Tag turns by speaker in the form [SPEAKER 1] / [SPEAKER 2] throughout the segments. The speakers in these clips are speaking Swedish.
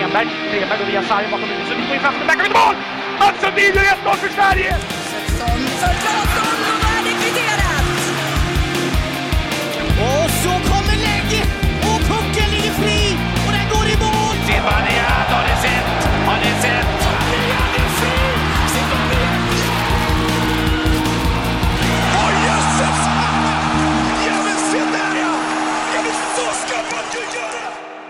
[SPEAKER 1] Stenberg går via sarg bakom huvudet. Så vi får in fast, där kan vi mål! Mats Sundin gör 1-0 för Sverige!
[SPEAKER 2] För Claesson, och är det kvitterat! Och så kommer läge, och pucken ligger fri, och den går i mål!
[SPEAKER 1] Zibanejad, har ni sett? Har ni sett?
[SPEAKER 2] Zibanejad är fri! Zibanejad!
[SPEAKER 3] Åh, jösses! Ja, men se där, ja! Ja, men så ska man ju göra!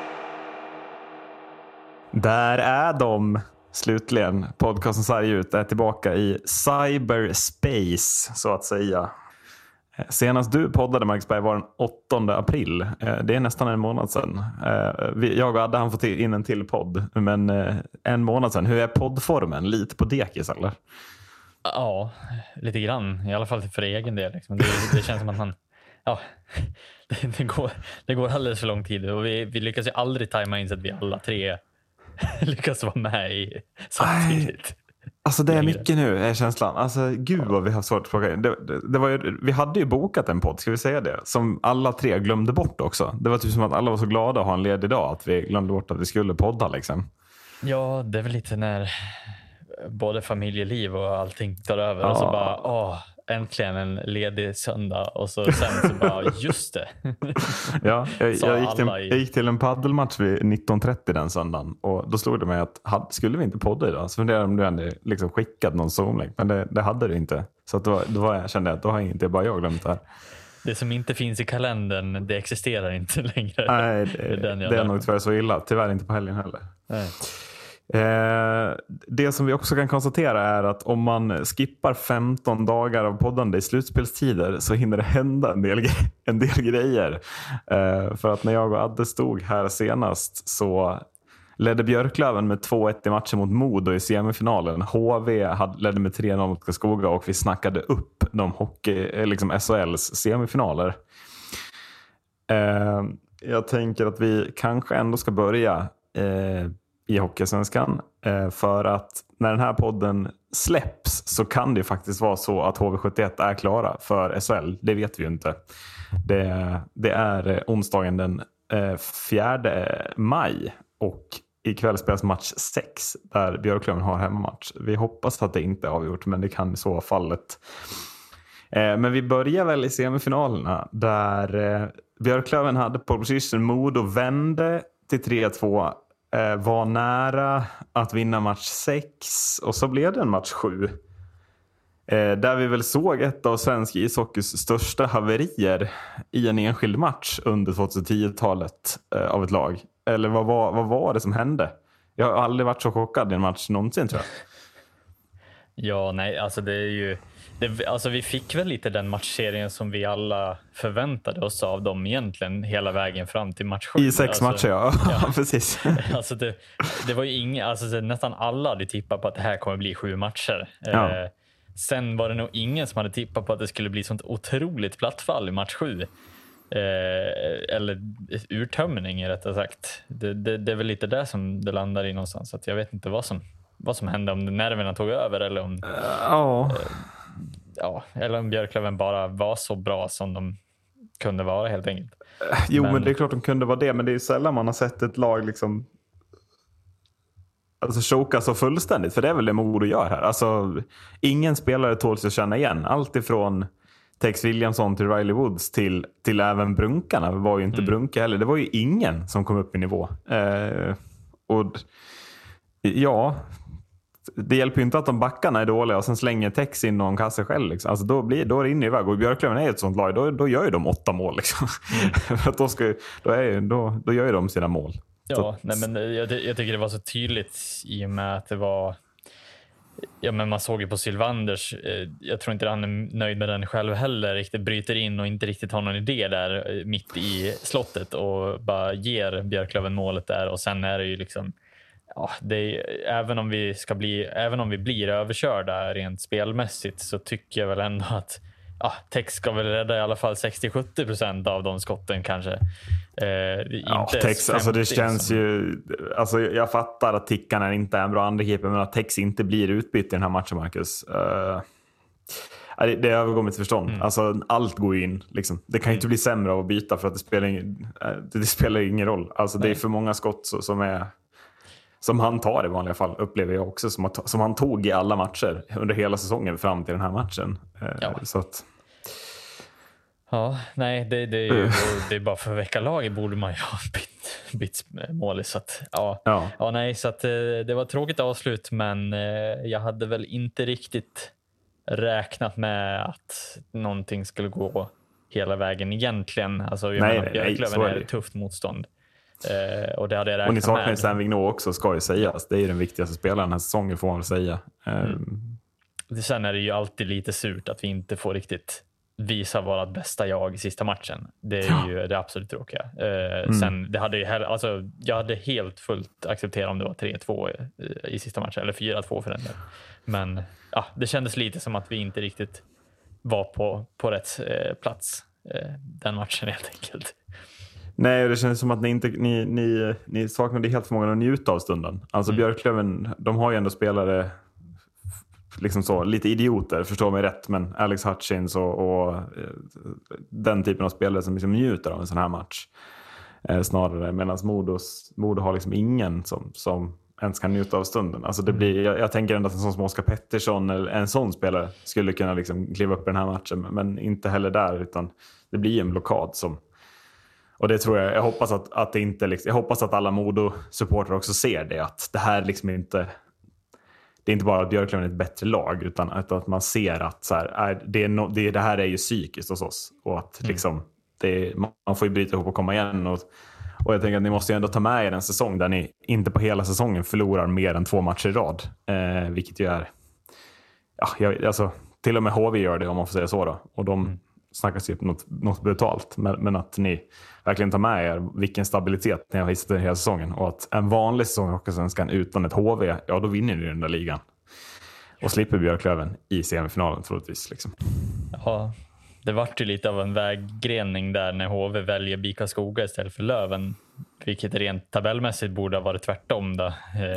[SPEAKER 4] Där är de. Slutligen, podcasten Sarg ut är tillbaka i cyberspace, så att säga. Senast du poddade, Marcus Berg, var den 8 april. Det är nästan en månad sedan. Jag och Adde han fått in en till podd, men en månad sedan. Hur är poddformen? Lite på dekis, eller?
[SPEAKER 5] Ja, lite grann. I alla fall för egen del. Liksom. Det känns som att man... Ja, det går alldeles för lång tid. Och vi lyckas ju aldrig tajma in så att vi alla tre lyckas vara med i samtidigt.
[SPEAKER 4] Alltså det är mycket nu, är känslan. Alltså gud vad vi har svårt att plocka in. Det var ju, vi hade ju bokat en podd, ska vi säga det, som alla tre glömde bort också. Det var typ som att alla var så glada att ha en ledig dag att vi glömde bort att vi skulle podda liksom.
[SPEAKER 5] Ja, det är väl lite när både familjeliv och allting tar över. Och så bara, äntligen en ledig söndag. Och så sen så bara, just det.
[SPEAKER 4] Ja, jag gick till en paddelmatch vid 19:30 den söndagen. Och då slog det mig att, skulle vi inte podda idag? Så funderade jag om du hade liksom skickat någon Zoom-länk. Men det hade du inte. Så att då kände jag att då har inte bara jag glömt det här. Det
[SPEAKER 5] som inte finns i kalendern, det existerar inte längre.
[SPEAKER 4] Nej, det är nog tyvärr så illa. Tyvärr inte på helgen heller. Nej. Det som vi också kan konstatera är att om man skippar 15 dagar av poddande i slutspelstider så hinner det hända en del grejer. För att när jag och Adde stod här senast så ledde Björklöven med 2-1 i matchen mot Modo i semifinalen. HV ledde med 3-0 mot Karlskoga och vi snackade upp de SHLs semifinaler. Jag tänker att vi kanske ändå ska börja i Hockeysvenskan, för att när den här podden släpps så kan det faktiskt vara så att HV71 är klara för SHL. Det vet vi ju inte. Det är onsdagen den 4 maj och ikväll spelas match 6 där Björklöven har hemmamatch. Vi hoppas att det inte är avgjort, men det kan i så fallet. Men vi börjar väl i semifinalerna där Björklöven hade pole position, Modo vände till 3-2, var nära att vinna match 6 och så blev det en match 7. Där vi väl såg ett av svensk ishockeys största haverier i en enskild match under 2010-talet av ett lag. Eller vad var det som hände? Jag har aldrig varit så chockad i en match någonsin, tror jag.
[SPEAKER 5] Ja, nej, alltså det är ju... Alltså vi fick väl lite den matchserien som vi alla förväntade oss av dem egentligen hela vägen fram till match 7.
[SPEAKER 4] I 6 matcher, ja. Precis.
[SPEAKER 5] Alltså det var ju inget, alltså nästan alla hade tippat på att det här kommer bli 7 matcher.
[SPEAKER 4] Ja.
[SPEAKER 5] Sen var det nog ingen som hade tippat på att det skulle bli sånt otroligt plattfall i match 7. Eller urtömning rättare sagt. Det är väl lite där som det landar i någonstans. Så att jag vet inte vad som hände, om nerverna tog över eller om... eller om Björklöven bara var så bra som de kunde vara helt enkelt.
[SPEAKER 4] Men det är klart de kunde vara det, men det är ju sällan man har sett ett lag liksom choka så fullständigt, för det är väl det Modo gör här. Alltså, ingen spelare tåls att känna igen. Allt ifrån Tex Williamson till Riley Woods till även Brunkarna var ju inte Brunka heller. Det var ju ingen som kom upp i nivå. Det hjälper ju inte att de backarna är dåliga och sen slänger Tex in någon kasse själv. Liksom. Alltså då är det inne i väg. Och Björklöven är ett sånt lag. Då gör ju de 8 mål. Liksom. För att då gör ju de sina mål.
[SPEAKER 5] Ja, men jag tycker det var så tydligt i och med att det var... Ja, men man såg ju på Sylvanders. Jag tror inte han är nöjd med den själv heller. Riktigt bryter in och inte riktigt har någon idé där mitt i slottet. Och bara ger Björklöven målet där. Och sen är det ju liksom... Ja, även om vi blir överkörda rent spelmässigt så tycker jag väl ändå att Tex ska väl rädda i alla fall 60-70% av de skotten kanske. Inte
[SPEAKER 4] Tex, alltså det känns ju... Alltså jag fattar att tickarna inte är en bra andrekeeper, men att Tex inte blir utbytt i den här matchen, Marcus. Det övergår mitt förstånd. Alltså allt går ju in liksom. Det kan ju inte bli sämre av att byta, för att det spelar ingen roll. Alltså det är för många skott som är... som han tar i vanliga fall, upplever jag också, som han tog i alla matcher under hela säsongen fram till den här matchen. Så att...
[SPEAKER 5] Ja, nej, det är bara för vecka-laget borde man ju ha bytt mål. Så att, nej, så att det var ett tråkigt avslut, men jag hade väl inte riktigt räknat med att någonting skulle gå hela vägen egentligen. Alltså, Björklöven är ett tufft motstånd. Och det hade jag räknat med. Och ni saknar Stan Vigneault också, ska ju sägas. Det är den viktigaste spelaren den här säsongen, får man väl säga. Sen är det ju alltid lite surt att vi inte får riktigt visa vårt bästa jag i sista matchen. Det är ju det absolut tråkiga. Sen det hade ju jag hade helt fullt accepterat om det var 3-2 i sista matchen, eller 4-2 för den där. Men det kändes lite som att vi inte riktigt var på rätt plats den matchen helt enkelt.
[SPEAKER 4] Nej, det känns som att ni saknade helt förmågan att njuta av stunden. Alltså Björklöven, de har ju ändå spelare liksom så, lite idioter, förstår mig rätt, men Alex Hutchins och den typen av spelare som liksom njuter av en sån här match. Snarare, medan Modo har liksom ingen som ens kan njuta av stunden. Alltså det blir, jag tänker ändå att en sån som Oskar Pettersson eller en sån spelare skulle kunna liksom kliva upp i den här matchen, men inte heller där, utan det blir en blockad som... Och det tror jag hoppas att det inte liksom, jag hoppas att alla Modo-supportrar också ser det, att det här liksom inte, det är inte bara att Björklöven är ett bättre lag, utan att man ser att så här, det här är ju psykiskt hos oss, och att liksom man får ju bryta ihop och komma igen, och jag tänker att ni måste ju ändå ta med er en säsong där ni inte på hela säsongen förlorar mer än 2 matcher i rad, vilket ju är alltså till och med HV gör det, om man får säga så då, och de snackas ju något brutalt, men att ni verkligen tar med er vilken stabilitet ni har visat den hela säsongen, och att en vanlig säsong i Hockeysvenskan utan ett HV, då vinner ni den där ligan och slipper Björklöven i semifinalen troligtvis liksom.
[SPEAKER 5] Ja, det vart ju lite av en väggrening där när HV väljer BIK Skoga istället för Löven, vilket rent tabellmässigt borde ha varit tvärtom då.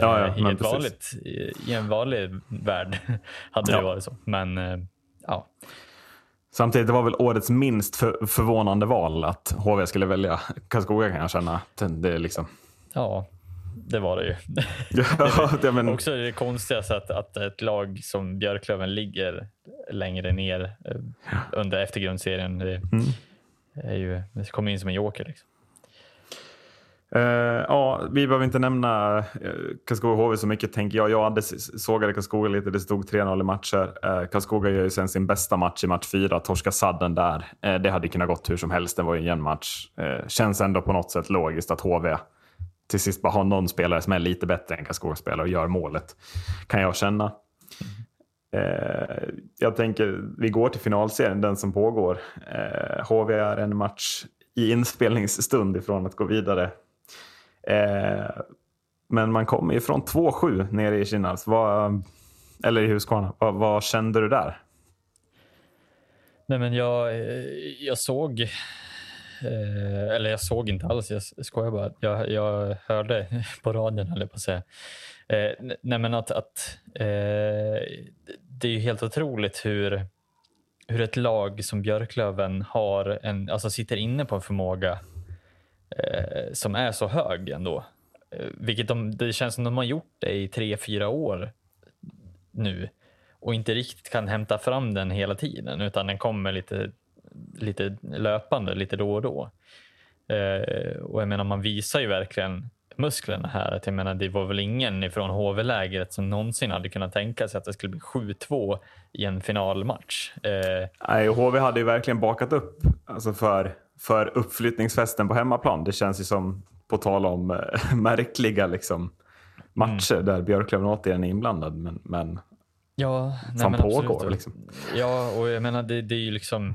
[SPEAKER 5] I en vanlig värld hade det varit så, men
[SPEAKER 4] samtidigt, det var väl årets minst förvånande val att HV skulle välja Karlskoga, kan jag känna. Det är liksom...
[SPEAKER 5] Ja, det var det ju.
[SPEAKER 4] Men...
[SPEAKER 5] Också det konstiga att ett lag som Björklöven ligger längre ner under eftergrundsserien. Det kommer in som en joker liksom.
[SPEAKER 4] Vi behöver inte nämna Karlskoga HV så mycket, tänker jag. Jag hade sågade Karlskoga lite, det stod 3-0 i matcher. Karlskoga gör ju sen sin bästa match i match 4, torska sadden där. Det hade kunnat gått hur som helst, det var ju en jämn match. Känns ändå på något sätt logiskt att HV till sist bara har någon spelare som är lite bättre än Karlskoga spelar och gör målet, kan jag känna. Jag tänker, vi går till finalserien, den som pågår. HV är en match i inspelningsstund ifrån att gå vidare. Men man kommer ifrån 2-7 nere i Kinnarps, eller i Huskvarna. Vad kände du där?
[SPEAKER 5] Nej, men jag såg eller jag såg inte alls, jag skojar bara. Jag hörde på radion, eller på att säga. Nej, men att det är ju helt otroligt hur ett lag som Björklöven har alltså sitter inne på en förmåga som är så hög ändå. Vilket det känns som de har gjort det i 3-4 år nu och inte riktigt kan hämta fram den hela tiden, utan den kommer lite löpande, lite då och då. Och jag menar, man visar ju verkligen musklerna här. Att jag menar, det var väl ingen ifrån HV-lägret som någonsin hade kunnat tänka sig att det skulle bli 7-2 i en finalmatch.
[SPEAKER 4] Nej, HV hade ju verkligen bakat upp alltså för uppflyttningsfesten på hemmaplan. Det känns ju som, på tal om märkliga liksom, matcher där Björklöven återigen är inblandad. Men
[SPEAKER 5] ja,
[SPEAKER 4] som pågår liksom. Ja,
[SPEAKER 5] och jag menar, det är ju liksom...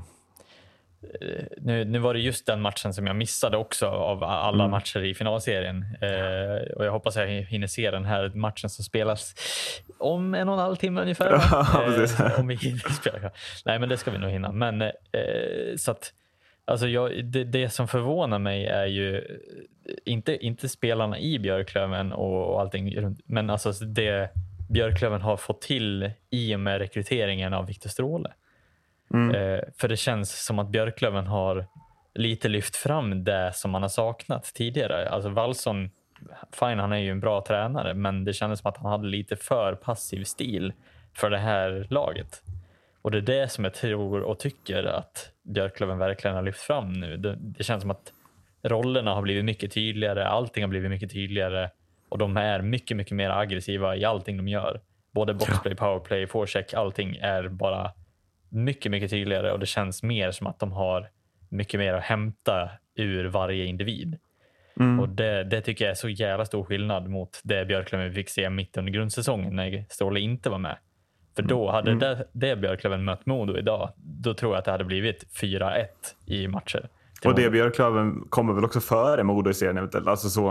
[SPEAKER 5] Nu var det just den matchen som jag missade också av alla matcher i finalserien, och jag hoppas jag hinner se den här matchen som spelas om 1,5 timme ungefär. Om vi hinner spela. Nej, men det ska vi nog hinna. Men så att alltså det som förvånar mig är ju inte spelarna i Björklöven och allting runt, men alltså det Björklöven har fått till i och med rekryteringen av Viktor Stråle. För det känns som att Björklöven har lite lyft fram det som man har saknat tidigare. Alltså Wallson fine, han är ju en bra tränare, men det kändes som att han hade lite för passiv stil för det här laget. Och det är det som jag tror och tycker att Björklöven verkligen har lyft fram nu. Det känns som att rollerna har blivit mycket tydligare, allting har blivit mycket tydligare och de är mycket, mycket mer aggressiva i allting de gör. Både boxplay, powerplay, forecheck, allting är bara mycket, mycket tydligare och det känns mer som att de har mycket mer att hämta ur varje individ. Och det tycker jag är så jävla stor skillnad mot det Björklöven fick se mitt under grundsäsongen när Stråle inte var med. För då hade det Björklöven mött Modo idag, då tror jag att det hade blivit 4-1 i matcher.
[SPEAKER 4] Och det Björklöven kommer väl också före Modo i serien. Alltså så,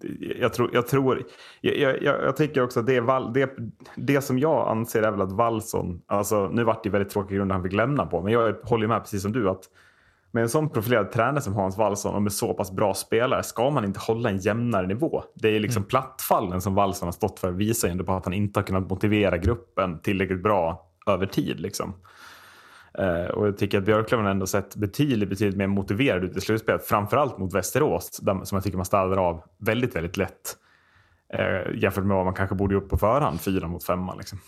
[SPEAKER 4] jag tycker också att det som jag anser är väl att Wallson, alltså nu vart det väldigt tråkig grund han fick lämna på, men jag håller med precis som du att med en sån profilerad tränare som Hans Wallson och med så pass bra spelare ska man inte hålla en jämnare nivå. Det är liksom plattfallen som Wallson har stått för visar ändå på att han inte har kunnat motivera gruppen tillräckligt bra över tid liksom. Och jag tycker att Björklöven ändå sett betydligt mer motiverad ut i slutspelet, framförallt mot Västerås som jag tycker man ställer av väldigt, väldigt lätt jämfört med vad man kanske borde gjort på förhand, 4-5 liksom.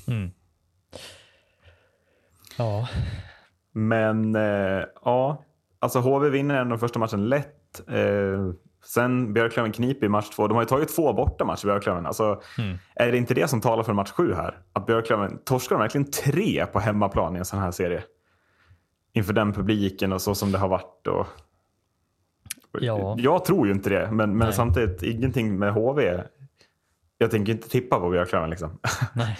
[SPEAKER 5] Ja.
[SPEAKER 4] Men ja, alltså HV vinner ändå den första matchen lätt. Sen Björklöven kniper i match 2. De har ju tagit 2 bortamatcher Björklöven. Alltså, är det inte det som talar för match 7 här? Att Björklöven torskar verkligen 3 på hemmaplan i en sån här serie. Inför den publiken och så som det har varit. Och
[SPEAKER 5] Ja.
[SPEAKER 4] Jag tror ju inte det, men samtidigt ingenting med HV. Jag tänker inte tippa på Björklöven liksom.
[SPEAKER 5] Nej.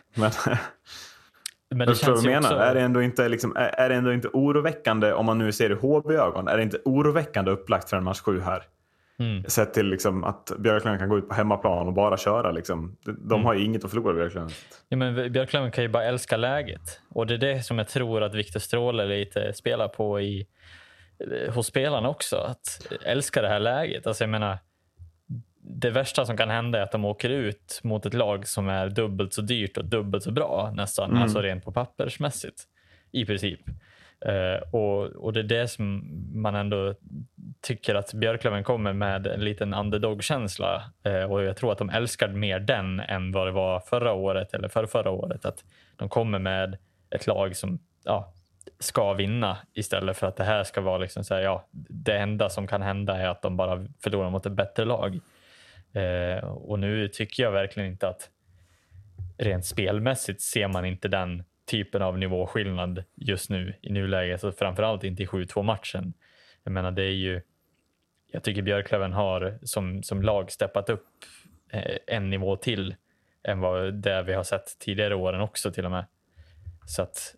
[SPEAKER 4] Men det känns ju också... Är det ändå inte oroväckande om man nu ser det HV-ögon? Är det inte oroväckande upplagt för en match 7 här? Sett till liksom att Björklöven kan gå ut på hemmaplan och bara köra liksom. De har ju inget att förlora Björklöven.
[SPEAKER 5] Ja, men Björklöven kan ju bara älska läget. Och det är det som jag tror att Viktor Stråle lite spelar på hos spelarna också. Att älska det här läget. Alltså jag menar, det värsta som kan hända är att de åker ut mot ett lag som är dubbelt så dyrt och dubbelt så bra nästan. Alltså rent på pappersmässigt i princip. Och det är det som man ändå tycker att Björklöven kommer med en liten underdog-känsla. Och jag tror att de älskar mer den än vad det var förra året eller förra året. Att de kommer med ett lag som ska vinna istället för att det här ska vara liksom så här, det enda som kan hända är att de bara förlorar mot ett bättre lag. Och nu tycker jag verkligen inte att rent spelmässigt ser man inte den typen av nivåskillnad just nu i nuläget, och framförallt inte i 7-2 matchen. Jag menar, det är ju, jag tycker Björklöven har som lag steppat upp en nivå till än vad det vi har sett tidigare åren också till och med. Så att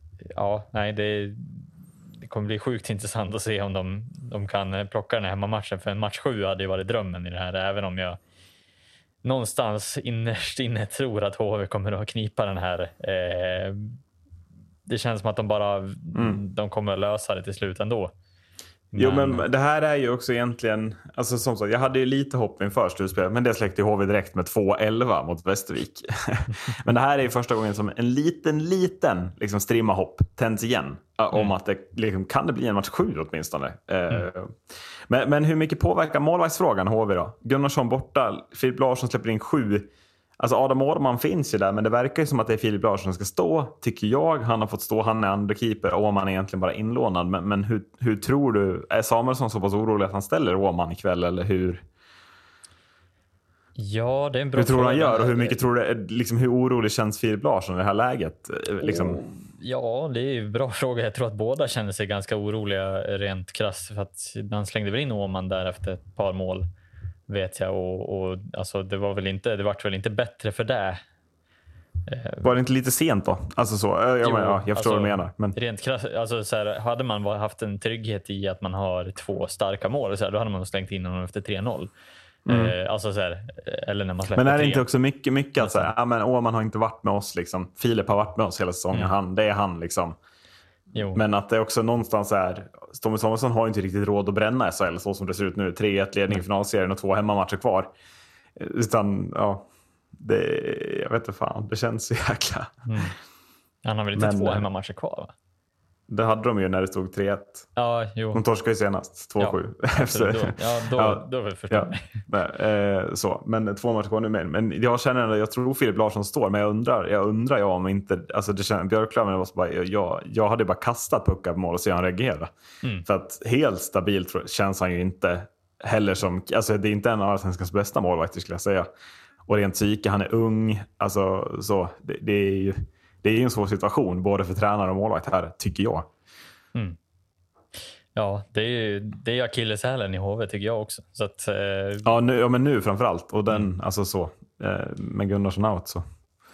[SPEAKER 5] det kommer bli sjukt intressant att se om de kan plocka den här hemmamatchen, för en match 7 hade ju varit drömmen i det här, även om jag någonstans innerst inne tror att HV kommer att knipa den här. Det känns som att de kommer att lösa det till slut ändå.
[SPEAKER 4] Men det här är ju också egentligen, alltså som sagt, jag hade ju lite hopp inför slutspelet, men det släckte HV direkt med 2-11 mot Västervik. Men det här är ju första gången som en liten liksom strimma hopp tänds igen om att det liksom, kan det bli en match 7 åtminstone. Men hur mycket påverkar målvaktsfrågan HV då? Gunnarsson borta, Filip Larsson släpper in 7. Alltså Adam Årman finns ju där, men det verkar ju som att det är Filip Larsson som ska stå, tycker jag. Han har fått stå, han är andra keeper, Årman är egentligen bara inlånad. Men hur tror du, är Samuelsson så pass orolig att han ställer Årman ikväll, eller hur?
[SPEAKER 5] Ja, det är en bra
[SPEAKER 4] fråga. Hur tror du han gör, och hur mycket tror du, liksom, hur orolig känns Filip Larsson i det här läget? Liksom?
[SPEAKER 5] Ja, det är ju en bra fråga. Jag tror att båda känner sig ganska oroliga rent krasst, för att han slängde väl in Årman där efter ett par mål, vet jag, och alltså det vart väl inte bättre för det.
[SPEAKER 4] Var det inte lite sent då? Alltså så, jag förstår vad du menar. Men... Rent
[SPEAKER 5] krasst, alltså så här, hade man haft en trygghet i att man har 2 starka mål, så här, då hade man slängt in honom efter 3-0. Alltså så här, eller när man släpper.
[SPEAKER 4] Men är det
[SPEAKER 5] 3.
[SPEAKER 4] inte också mycket att säga, men Åman har inte varit med oss liksom. Filip har varit med oss hela säsongen. Det är han liksom.
[SPEAKER 5] Jo.
[SPEAKER 4] Men att det också någonstans är, Tommy Samuelsson har inte riktigt råd att bränna SHL så som det ser ut nu. 3-1 ledning i finalserien och 2 hemmamatcher kvar. Utan jag vet inte fan, det känns så jäkla.
[SPEAKER 5] Han har väl inte 2 hemmamatcher kvar, va?
[SPEAKER 4] Det hade de ju när det stod 3-1.
[SPEAKER 5] Ja, jo.
[SPEAKER 4] De torskade ju senast 2-7.
[SPEAKER 5] Då vill jag förstå.
[SPEAKER 4] Så. Men 2 matcher kvar nu med. Men jag känner ändå, jag tror Filip Larsson står. Men jag undrar om inte... Alltså det känns, Björklöven var så bara... Jag hade bara kastat puckar på mål och se han reagera. För att helt stabilt känns han ju inte heller som... Alltså det är inte en av allsvenskans bästa målvakter skulle jag säga. Och rent psyke, han är ung. Alltså så... Det är ju... Det är en svår situation både för tränare och målvakt här, tycker jag.
[SPEAKER 5] Ja, det är akilleshälen i HV tycker jag också. Så att,
[SPEAKER 4] men nu framförallt. Och den, alltså så. Med Gunnarsson out så.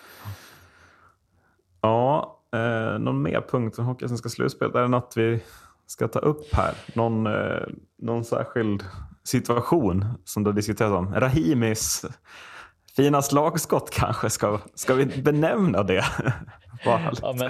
[SPEAKER 4] Ja, någon mer punkt som Hockeysvenska slutspel. Är det något vi ska ta upp här? Någon särskild situation som du har diskuterat om? Rahimis fina slagskott kanske. Ska vi benämna det?
[SPEAKER 5] Ja, men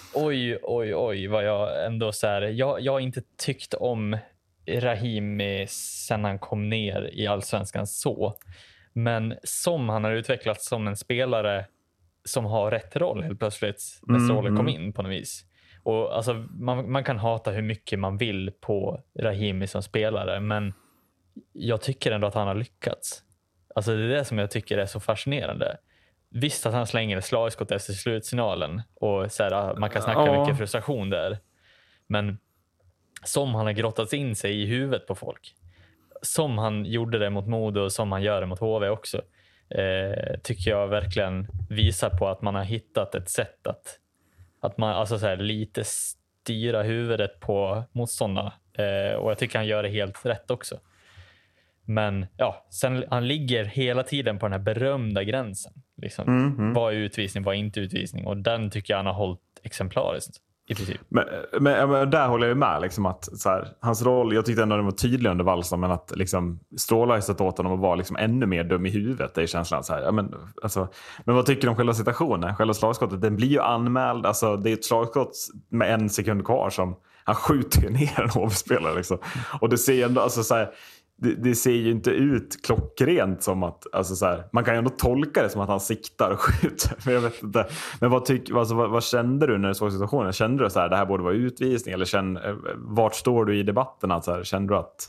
[SPEAKER 5] oj vad jag ändå så här, jag har inte tyckt om Rahimi sen han kom ner i Allsvenskan så, men som han har utvecklats som en spelare som har rätt roll helt plötsligt när Stråle kom in på något vis. Och alltså man kan hata hur mycket man vill på Rahimi som spelare, men jag tycker ändå att han har lyckats. Alltså det är det som jag tycker är så fascinerande. Visst att han slänger ett slagskott efter slutsignalen och så här, man kan snacka mycket frustration där. Men som han har grottats in sig i huvudet på folk. Som han gjorde det mot Modo och som han gör det mot HV också. Tycker jag verkligen visar på att man har hittat ett sätt att man alltså så här, lite styra huvudet på motståndarna. Och jag tycker han gör det helt rätt också. Men ja, sen han ligger hela tiden på den här berömda gränsen. Liksom. Vad är utvisning, vad är inte utvisning? Och den tycker jag han har hållit exemplariskt i princip.
[SPEAKER 4] Men där håller jag med liksom att så här, hans roll, jag tyckte ändå den var tydlig under valsen, men att liksom Stråle har sett åt honom att vara liksom ännu mer dum i huvudet. Det är känslan så här, ja, men vad tycker du om själva situationen? Själva slagskottet, den blir ju anmäld, alltså det är ett slagskott med 1 sekund kvar som han skjuter ner en HV-spelare liksom. Och det ser ändå, alltså så här, det ser ju inte ut klockrent som att, alltså så här, man kan ju ändå tolka det som att han siktar och skjuter, men jag vet inte. Men vad kände du när du såg situationen? Kände du så här, det här borde vara utvisning, eller vart står du i debatten? Alltså, kände du att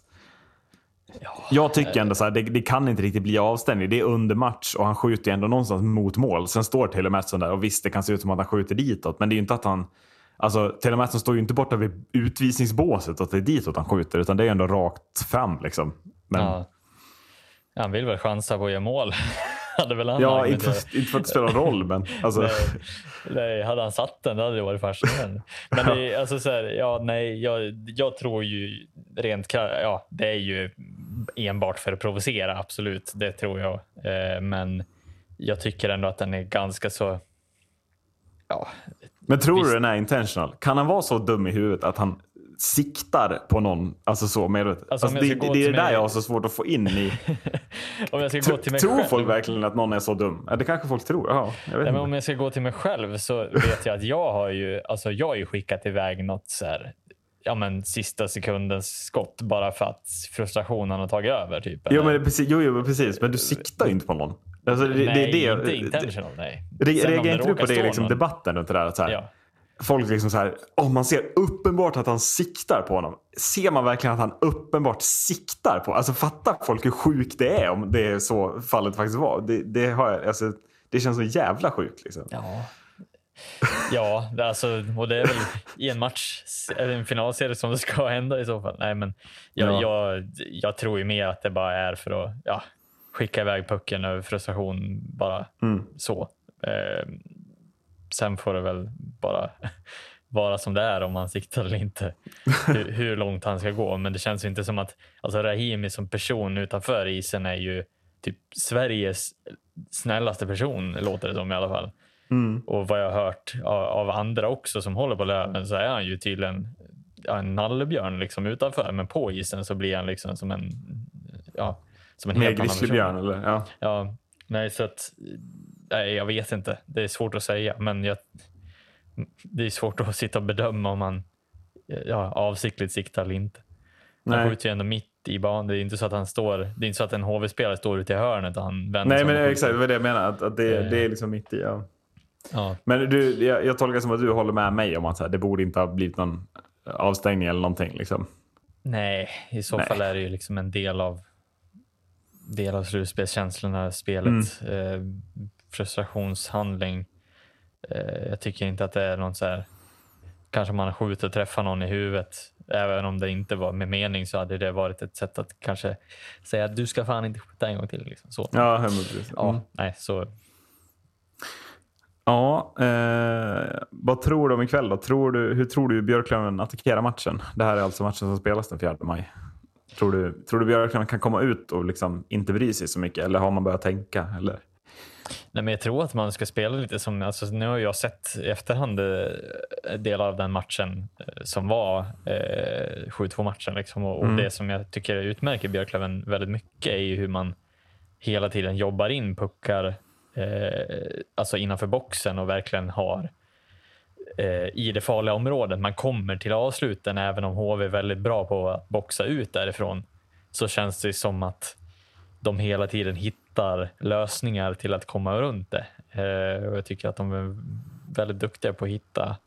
[SPEAKER 4] jag tycker ändå så här, det kan inte riktigt bli avstängning. Det är under match och han skjuter ändå någonstans mot mål. Sen står till och med sån där, och visst det kan se ut som att han skjuter ditåt, men det är ju inte att han, alltså Telematsen står ju inte borta vid utvisningsbåset att det är ditåt han skjuter, utan det är ändå rakt fram liksom. Men... Ja.
[SPEAKER 5] Han vill väl chansa på att göra mål. Hade väl han
[SPEAKER 4] inte för att det spelar roll, men alltså...
[SPEAKER 5] nej, hade han satt den, då hade det varit fascinerande. Men det, alltså så här, jag tror ju rent, det är ju enbart för att provocera, absolut, det tror jag. Men jag tycker ändå att den är ganska så... Ja.
[SPEAKER 4] Men tror du den är intentional? Kan han vara så dum i huvudet att han siktar på någon, alltså så medvetet? Alltså det är där jag har så svårt att få in i.
[SPEAKER 5] Om jag ska gå till mig
[SPEAKER 4] tror
[SPEAKER 5] själv,
[SPEAKER 4] folk verkligen att någon är så dum? Det kanske folk tror. Ja, jag vet inte.
[SPEAKER 5] Men om jag ska gå till mig själv så vet jag att jag har ju skickat iväg något så här, ja men sista sekundens skott bara för att frustrationen har tagit över typ.
[SPEAKER 4] Jo men precis, men du siktar ju inte på någon. Alltså,
[SPEAKER 5] nej, inte intentional, nej.
[SPEAKER 4] Reagerar inte du på det liksom, debatten runt det där? Att så här, ja. Folk liksom så här, man ser uppenbart att han siktar på honom. Ser man verkligen att han uppenbart siktar på? Alltså fattar folk hur sjukt det är om det är så fallet faktiskt var? Det känns så jävla sjukt liksom.
[SPEAKER 5] Ja, alltså, och det är väl i en match, en finalserie som det ska hända i så fall. Nej, men jag tror ju mer att det bara är för att skicka iväg pucken över frustration bara så. Sen får det väl bara vara som det är om han siktar eller inte. Hur långt han ska gå. Men det känns ju inte som att, alltså Rahimi som person utanför isen är ju typ Sveriges snällaste person, låter det som i alla fall. Och vad jag har hört av andra också som håller på Löven, så är han ju tydligen en nallebjörn liksom utanför, men på isen så blir han liksom som en helt annan person.
[SPEAKER 4] Eller?
[SPEAKER 5] Ja, nej, så att nej, jag vet inte. Det är svårt att säga, men det är svårt att sitta och bedöma om man avsiktligt siktar eller inte. Han skjuter ju ändå mitt i banan. Det är inte så att det är inte så att en HV-spelare står ute i hörnet och han vänder.
[SPEAKER 4] Nej, men exakt vad det jag menar, att det är liksom mitt i. Ja.
[SPEAKER 5] Ja.
[SPEAKER 4] Men jag tolkar som att du håller med mig om att så här, det borde inte ha blivit någon avstängning eller någonting liksom.
[SPEAKER 5] Nej, i så fall är det ju liksom en del av slutspelskänslorna, spelet, frustrationshandling. Jag tycker inte att det är någon så här, kanske man skjuter och träffar någon i huvudet, även om det inte var med mening, så hade det varit ett sätt att kanske säga att du ska fan inte skjuta en gång till liksom. Så.
[SPEAKER 4] Ja, precis.
[SPEAKER 5] Ja, nej, så.
[SPEAKER 4] Ja, vad tror du om ikväll då? Hur tror du Björklöven attackerar matchen? Det här är alltså matchen som spelas den 4 maj. Tror du Björklöven kan komma ut och liksom inte bry sig så mycket? Eller har man börjat tänka? Eller?
[SPEAKER 5] Nej, men jag tror att man ska spela lite som, alltså, nu har jag sett i efterhand delar av den matchen som var 7-2-matchen liksom, och det som jag tycker utmärker Björklöven väldigt mycket är ju hur man hela tiden jobbar in puckar alltså innanför boxen och verkligen har i det farliga området. Man kommer till avsluten, även om HV är väldigt bra på att boxa ut därifrån, så känns det som att de hela tiden hittar lösningar till att komma runt det. Och jag tycker att de är väldigt duktiga på att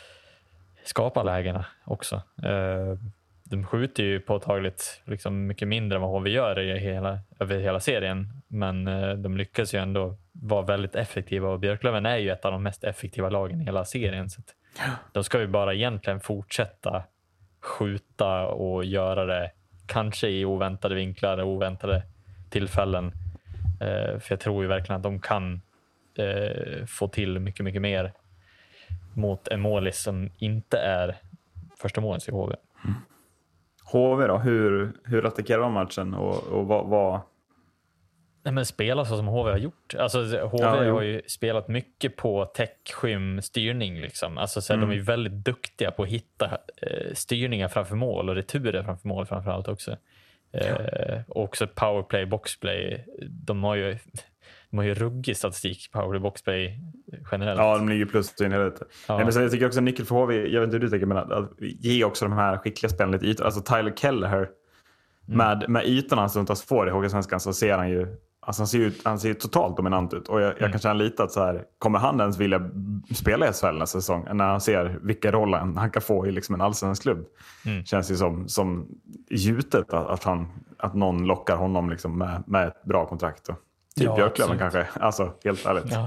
[SPEAKER 5] skapa lägena också. De skjuter ju påtagligt liksom mycket mindre än vad HV gör över hela serien, men de lyckas ju ändå vara väldigt effektiva, och Björklöven är ju ett av de mest effektiva lagen i hela serien, så att de ska ju bara egentligen fortsätta skjuta och göra det kanske i oväntade vinklar och oväntade tillfällen, för jag tror ju verkligen att de kan få till mycket, mycket mer mot en målis som inte är första målet i HV.
[SPEAKER 4] HV då, hur attackerar de matchen och vad?
[SPEAKER 5] Nej, men spela så som HV har gjort. Alltså HV har ju spelat mycket på täckskym styrning liksom. Alltså så de är ju väldigt duktiga på att hitta styrningar framför mål och returer framför mål framförallt också. Och också powerplay, boxplay. De har ju ruggig statistik, powerplay, boxplay generellt. Ja,
[SPEAKER 4] de ligger plus in hela tiden. Ja. Nej, men sen jag tycker också en nyckel för HV, jag vet inte hur du tänker, men att ge också de här skickliga spelarna lite ytor. Alltså Tyler Kelleher med ytorna som tas får i Hockey-svenskan, så ser han ju, alltså han ser ju totalt dominant ut. Och jag kan känna lite att så här, kommer han ens vilja spela i SHL nästa säsong när han ser vilka roller han kan få i liksom en allsvensk klubb. Känns ju som gjutet att någon lockar honom liksom med ett bra kontrakt. Och typ Björklöven kanske, alltså helt ärligt. Ja.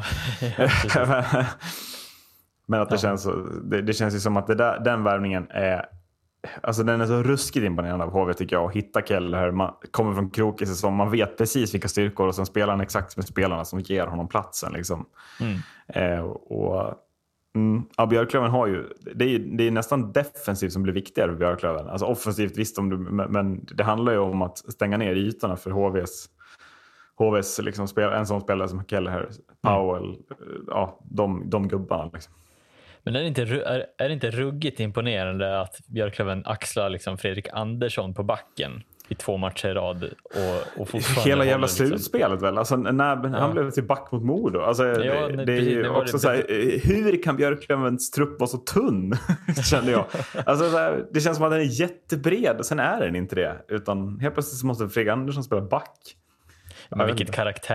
[SPEAKER 4] Men att det känns ju som att den värvningen är, alltså den är så ruskigt imponerande av HV tycker jag. Och hitta Keller, man kommer från krokig säsong, man vet precis vilka styrkor, och sen spelar han exakt med spelarna som ger honom platsen liksom. Björklöven har ju, det är nästan defensivt som blir viktigare för Björklöven. Alltså offensivt visst, men det handlar ju om att stänga ner ytorna för HVs liksom en sån spelare som Keller, Powell, de gubbarna liksom.
[SPEAKER 5] Men är det inte ruggigt imponerande att Björklöven axlar liksom Fredrik Andersson på backen i 2 matcher i rad och fortfarande
[SPEAKER 4] hela jävla slutspelet väl, alltså när han blev till back mot Modo, alltså det är ju också så här, hur kan Björklövens trupp vara så tunn kände jag, alltså så här, det känns som att den är jättebred och sen är den inte det, utan helt plötsligt så måste Fredrik Andersson spela back.
[SPEAKER 5] Men vilket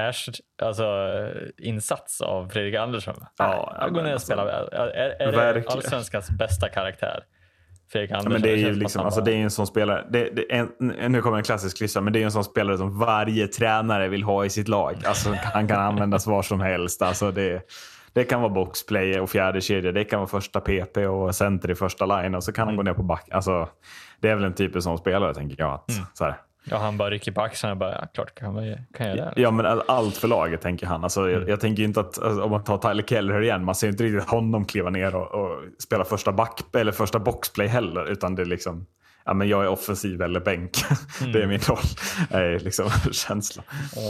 [SPEAKER 5] insats av Fredrik Andersson. Jag går ner och spelar. Är det allsvenskans bästa karaktär? Fredrik Andersson.
[SPEAKER 4] Men det är ju liksom, alltså det är en sån spelare. Nu kommer en klassisk klyscha, men det är en sån spelare som varje tränare vill ha i sitt lag. Alltså han kan användas var som helst. Alltså det kan vara boxplay och fjärde kedja. Det kan vara första PP och center i första line. Och så kan han gå ner på back. Alltså det är väl en typ av sån spelare, tänker jag. Att, så här.
[SPEAKER 5] Ja, han bara rycker på axlarna och bara, klart kan jag göra det.
[SPEAKER 4] Ja, men allt för laget tänker han. Alltså, jag tänker inte att, alltså, om man tar Tyler Keller igen, man ser inte riktigt honom kliva ner och spela första back eller första boxplay heller, utan det är liksom, ja men jag är offensiv eller bänk. Det är min roll. Det är liksom känsla.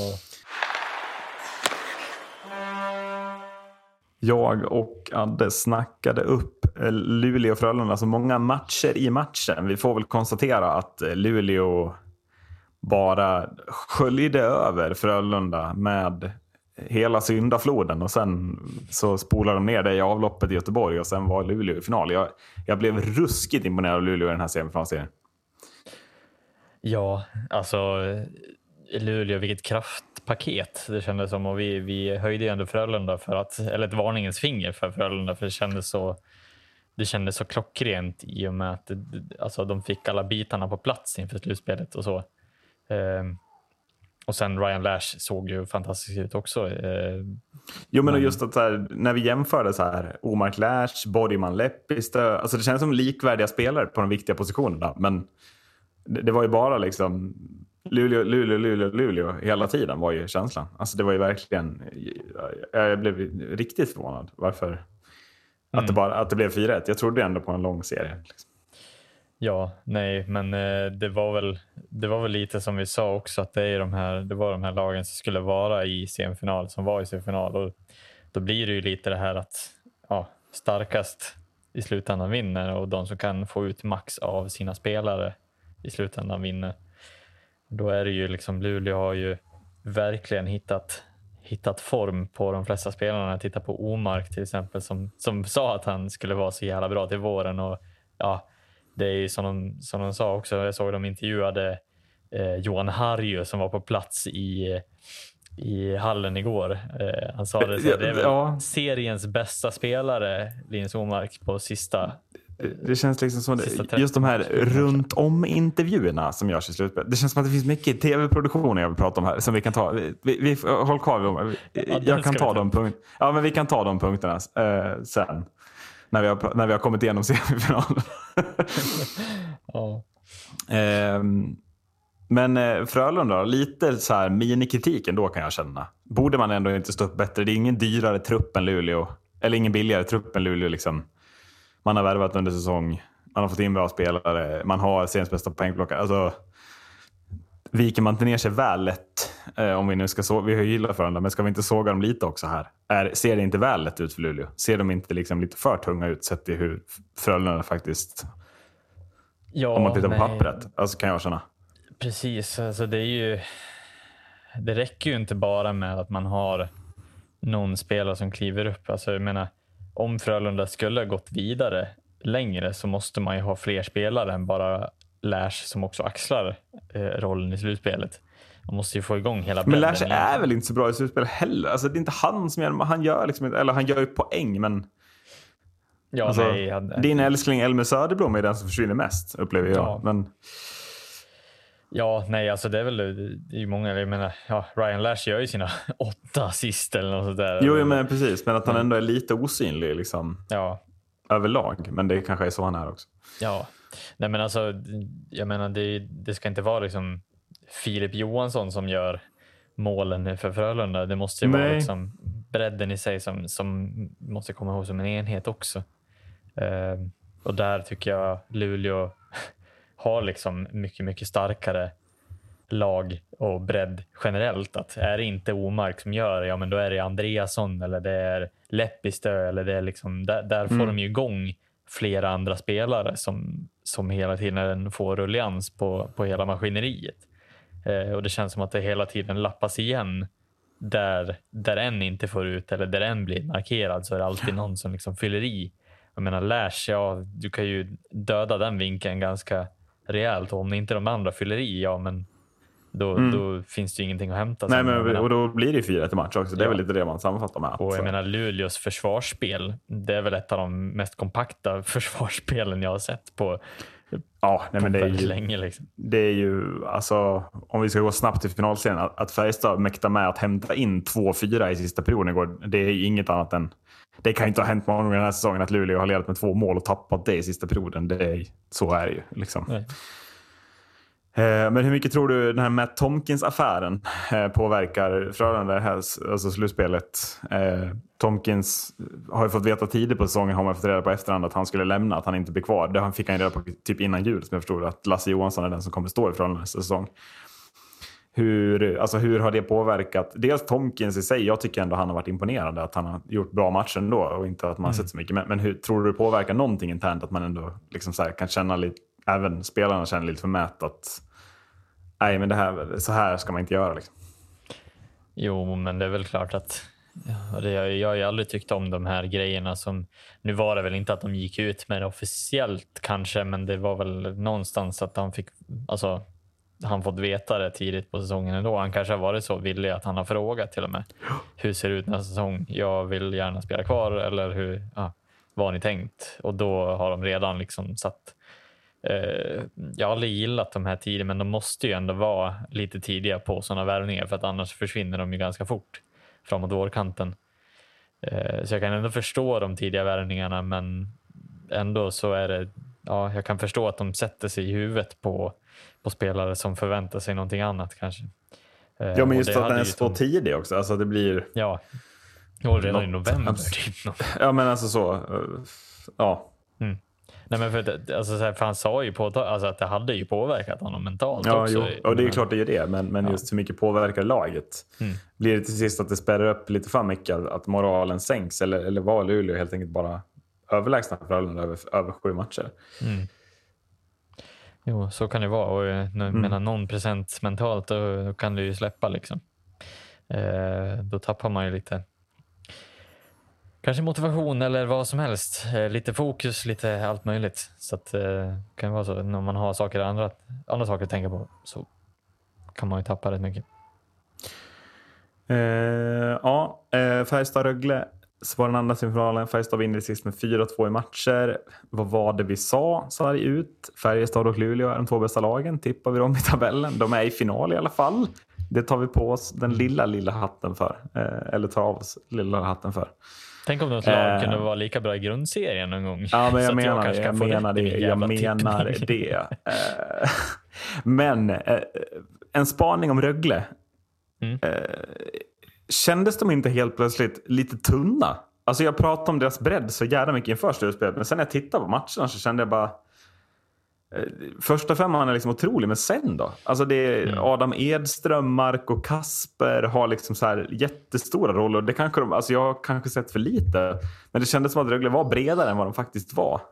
[SPEAKER 4] Jag och Adde snackade upp Luleå och Frölunda, så många matcher i matchen. Vi får väl konstatera att Luleå bara sköljde över Frölunda med hela syndafloden, och sen så spolade de ner det i avloppet i Göteborg, och sen var Luleå i final. Jag blev ruskigt imponerad av Luleå i den här semifinalserien.
[SPEAKER 5] Ja, alltså Luleå, vilket paket. Det kändes som, och vi höjde ju ändå Frölunda eller ett varningens finger för Frölunda, för det kändes så klockrent i och med att alltså, de fick alla bitarna på plats inför slutspelet och så. Och sen Ryan Lash såg ju fantastiskt ut också.
[SPEAKER 4] Jo, men just att så här, när vi jämförde så här, Omark Lash, Bodyman Leppistö, alltså det känns som likvärdiga spelare på de viktiga positionerna, men det var ju bara liksom Luleå hela tiden var ju känslan. Alltså det var ju verkligen, jag blev riktigt förvånad varför att det blev 4-1. Jag trodde ändå på en lång serie liksom. Ja,
[SPEAKER 5] nej, men det var väl lite som vi sa också, att det var de här lagen som skulle vara i semifinal som var i semifinal, och då blir det ju lite det här att starkast i slutändan vinner, och de som kan få ut max av sina spelare i slutändan vinner. Då är det ju liksom, Luleå har ju verkligen hittat form på de flesta spelarna. Jag tittar på Omark till exempel, som sa att han skulle vara så jävla bra till våren, och det är ju som de sa också, jag såg de intervjuade Johan Harju som var på plats i hallen igår. Han sa det är väl seriens bästa spelare, Linus Omark, på sista.
[SPEAKER 4] Det känns liksom som just de här runt om intervjuerna som görs i slutet. Det känns som att det finns mycket tv-produktioner jag vill prata om här som vi kan ta. Vi håll kvar. Jag kan ta de punkterna. Ja, men vi kan ta de punkterna sen. När vi har kommit igenom semifinalen. Men Frölunda, lite så här minikritiken då kan jag känna. Borde man ändå inte stå upp bättre? Det är ingen dyrare trupp än Luleå. Eller ingen billigare trupp än Luleå liksom. Man har värvat under säsong. Man har fått in bra spelare. Man har seriens bästa poängplockare. Alltså, viker man inte ner sig väl lätt, om vi nu ska vi har ju gillat Frölunda, men ska vi inte såga dem lite också här? Ser det inte väl lätt ut för Luleå? Ser de inte liksom lite för tunga ut sett i hur Frölunda faktiskt, om man tittar på pappret, alltså kan jag känna.
[SPEAKER 5] Precis, alltså det räcker ju inte bara med att man har någon spelare som kliver upp. Alltså jag menar, om Frölunda skulle ha gått vidare längre så måste man ju ha fler spelare än bara Lash som också axlar rollen i slutspelet. Man måste ju få igång hela bredden.
[SPEAKER 4] Men Lash är väl inte så bra i slutspel heller. Alltså det är inte han som gör, han gör liksom, eller han gör ju poäng, men alltså, din älskling Elmer Söderblom är den som försvinner mest, upplever jag.
[SPEAKER 5] Ja.
[SPEAKER 4] Men
[SPEAKER 5] alltså det är ju många, jag menar, Ryan Lash gör ju sina 8 assist eller något sånt där.
[SPEAKER 4] Jo, men precis, men att han ändå är lite osynlig liksom. Ja. Överlag, men det kanske är så han är också.
[SPEAKER 5] Ja. Nej, men alltså jag menar, det ska inte vara liksom Filip Johansson som gör målen för Frölunda. Det måste ju vara liksom bredden i sig som måste komma ihåg som en enhet också. Och där tycker jag Luleå har liksom mycket, mycket starkare lag och bredd generellt. Att är det inte Omark som gör, men då är det Andreasson eller det är Leppistö, eller det är liksom, där får de ju igång flera andra spelare som hela tiden får rullians på hela maskineriet. Och det känns som att det hela tiden lappas igen. Där en inte får ut eller där en blir markerad, så är det alltid någon som liksom fyller i. Jag menar Lash, du kan ju döda den vinkeln ganska rejält, och om inte de andra fyller i, men då finns det ju ingenting att hämta.
[SPEAKER 4] Nej, men, och då blir det 4-1 i match också. Det är väl lite det man sammanfattar med.
[SPEAKER 5] Och jag menar, Luleås försvarsspel, det är väl ett av de mest kompakta försvarsspelen jag har sett på
[SPEAKER 4] men det är ju
[SPEAKER 5] länge liksom.
[SPEAKER 4] Det är ju, alltså, om vi ska gå snabbt till finalserien, att Färjestad mäktar med att hämta in 2-4 i sista perioden igår, det är ju inget annat än, det kan inte ha hänt många gånger den här säsongen att Luleå har ledat med 2 mål och tappat det i sista perioden. Så är det ju liksom. Nej. Men hur mycket tror du den här Matt Tomkins-affären påverkar Frölunda, alltså slutspelet? Tomkins har ju fått veta tidigt på säsongen, har man fått reda på efterhand att han skulle lämna, att han inte blir kvar. Det fick han reda på typ innan jul, som jag förstod, att Lasse Johansson är den som kommer stå i Frölunda nästa säsong. Hur har det påverkat? Dels Tomkins i sig, jag tycker ändå han har varit imponerande, att han har gjort bra matcher ändå och inte att man har sett så mycket. Men hur tror du det påverkar någonting internt, att man ändå liksom så här kan känna lite, även spelarna känner lite förmätet att nej, men det här, så här ska man inte göra liksom.
[SPEAKER 5] Jo, men det är väl klart att jag har ju aldrig tyckt om de här grejerna som, nu var det väl inte att de gick ut med det officiellt kanske, men det var väl någonstans att de fick, alltså han fått veta det tidigt på säsongen ändå. Han kanske har varit så villig att han har frågat till och med. Hur ser det ut nästa säsong? Jag vill gärna spela kvar, eller hur? Vad har ni tänkt? Och då har de redan liksom satt... jag har aldrig gillat de här tiderna, men de måste ju ändå vara lite tidiga på sådana värvningar, för att annars försvinner de ju ganska fort framåt vårkanten. Så jag kan ändå förstå de tidiga värvningarna, men ändå så är det... Ja, jag kan förstå att de sätter sig i huvudet på spelare som förväntar sig någonting annat kanske.
[SPEAKER 4] Ja, men just att den är så tidig också. Alltså det blir...
[SPEAKER 5] Ja, redan i november typ.
[SPEAKER 4] Ja, men alltså så... Ja.
[SPEAKER 5] Mm. Nej, men för han sa ju att det hade ju påverkat honom mentalt också.
[SPEAKER 4] Jo, och det är klart det är det. Men just hur mycket påverkar laget? Blir det till sist att det spärrar upp lite för mycket, att moralen sänks? Eller var Luleå helt enkelt bara överlägsna Frölunda över 7 matcher?
[SPEAKER 5] Mm. Jo, så kan det vara. Och menar någon procent mentalt, då kan det ju släppa liksom. Då tappar man ju lite kanske motivation eller vad som helst. Lite fokus, lite allt möjligt. Så att kan vara så när man har andra saker att tänka på, så kan man ju tappa rätt mycket.
[SPEAKER 4] Färjestad-Rögle så var den andra semifinalen. Färjestad vinner sist med 4-2 i matcher. Vad var det vi sa sarg ut? Färjestad och Luleå är de 2 bästa lagen. Tippar vi dem i tabellen. De är i final i alla fall. Det tar vi på oss den lilla hatten för. Eller tar av oss lilla hatten för.
[SPEAKER 5] Tänk om något lag kunde vara lika bra i grundserien någon gång.
[SPEAKER 4] Ja, men jag menar det. Men en spaning om Rögle. Kändes de inte helt plötsligt lite tunna? Alltså jag pratade om deras bredd så jävla mycket inför slutspelet, men sen när jag tittade på matcherna så kände jag bara första 5 är liksom otrolig, men sen då? Alltså det är Adam Edström, Marco Kasper har liksom så här jättestora roller. Det kanske jag har kanske sett för lite, men det kändes som att Rögle var bredare än vad de faktiskt var.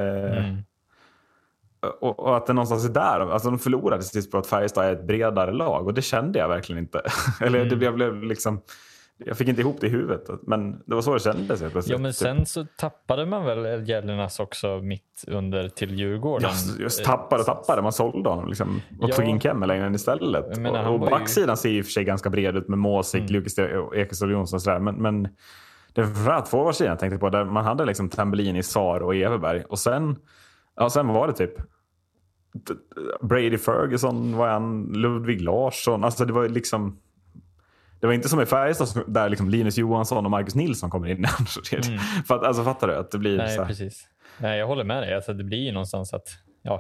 [SPEAKER 4] Och att det någonstans är där. Alltså de förlorade sist på att Färjestad är ett bredare lag, och det kände jag verkligen inte. Eller det blev liksom... Jag fick inte ihop det i huvudet, men det var så det kändes.
[SPEAKER 5] Ja, men sen så tappade man väl Gällinas också mitt under till Djurgården.
[SPEAKER 4] Ja, just tappade. Man sålde honom liksom, och tog in Kemmerlängden istället. Och backsidan ser ju för sig ganska bred ut med Måsik, Lukas Ekesson, Jonsson och sådär. Men det var framförallt forwardsidan jag tänkte på, där man hade liksom Tambellini, Sar och Everberg. Och sen var det typ Brady Ferguson, var han, Ludvig Larsson. Alltså det var liksom... Det var inte som i Färjestad där liksom Linus Johansson och Marcus Nilsson kommer in. För att, alltså fattar du att det blir...
[SPEAKER 5] Nej,
[SPEAKER 4] så här.
[SPEAKER 5] Precis. Nej, jag håller med dig. Alltså, det blir ju någonstans att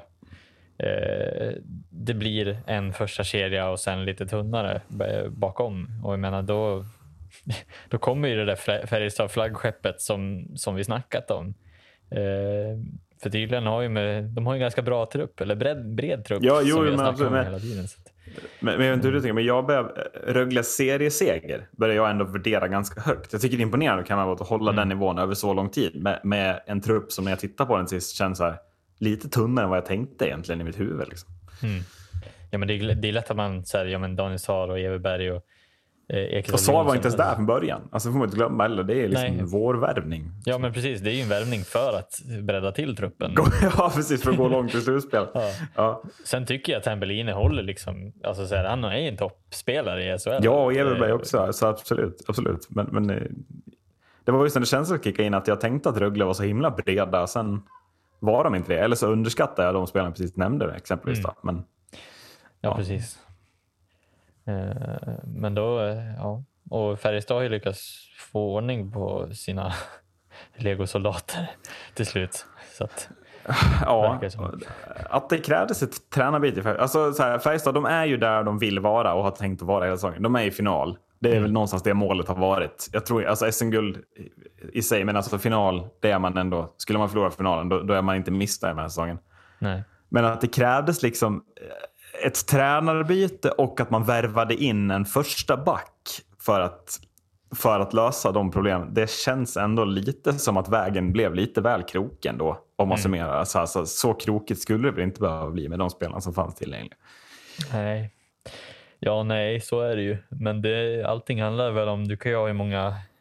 [SPEAKER 5] det blir en första kedja och sen lite tunnare bakom. Och jag menar, då kommer ju det där Färjestad-flaggskeppet som vi snackat om. För tydligen har de har ju ganska bra trupp, eller bred trupp, som vi har snackat om hela tiden.
[SPEAKER 4] Men jag vet inte hur du tänker, men jag Rögles serieseger börjar jag ändå värdera ganska högt. Jag tycker det är imponerande kan man vara att hålla den nivån över så lång tid med en trupp som när jag tittar på den sist känns så här, lite tunnare än vad jag tänkte egentligen i mitt huvud liksom.
[SPEAKER 5] Ja, men det är lätt att man säger, ja men Daniel Sar och Everberg och
[SPEAKER 4] och Sar var inte ens där från början. Alltså får man inte glömma, eller det är liksom vår värvning.
[SPEAKER 5] Ja, men precis, det är ju en värvning för att bredda till truppen.
[SPEAKER 4] Ja, precis, för att gå långt i slutspel. Ja.
[SPEAKER 5] Sen tycker jag att Tambellini håller liksom, alltså så här, han är en toppspelare i SHL.
[SPEAKER 4] Ja, och Everberg också, så absolut. Men det var just när det kändes att kicka in att jag tänkte att Rögle var så himla breda, sen var de inte det. Eller så underskattade jag de spelarna precis nämnde exempelvis då. Men
[SPEAKER 5] ja, precis. Men då, och Färjestad har ju lyckats få ordning på sina legosoldater till slut. Så att,
[SPEAKER 4] att det krävdes ett tränarbyte. Alltså så här, Färjestad, de är ju där de vill vara och har tänkt att vara hela säsongen. De är i final. Det är väl någonstans det målet har varit. Jag tror, alltså SM-guld i sig, men alltså final, det är man ändå. Skulle man förlora finalen, då är man inte missnöjd med den här säsongen. Nej. Men att det krävdes liksom ett tränarbyte och att man värvade in en första back för att lösa de problemen. Det känns ändå lite som att vägen blev lite väl kroken då, om man summerar. Alltså, så krokigt skulle det väl inte behöva bli med de spelarna som fanns tillgängliga.
[SPEAKER 5] Nej. Ja, nej, så är det ju. Men allting handlar väl om, du kan ju ha hur många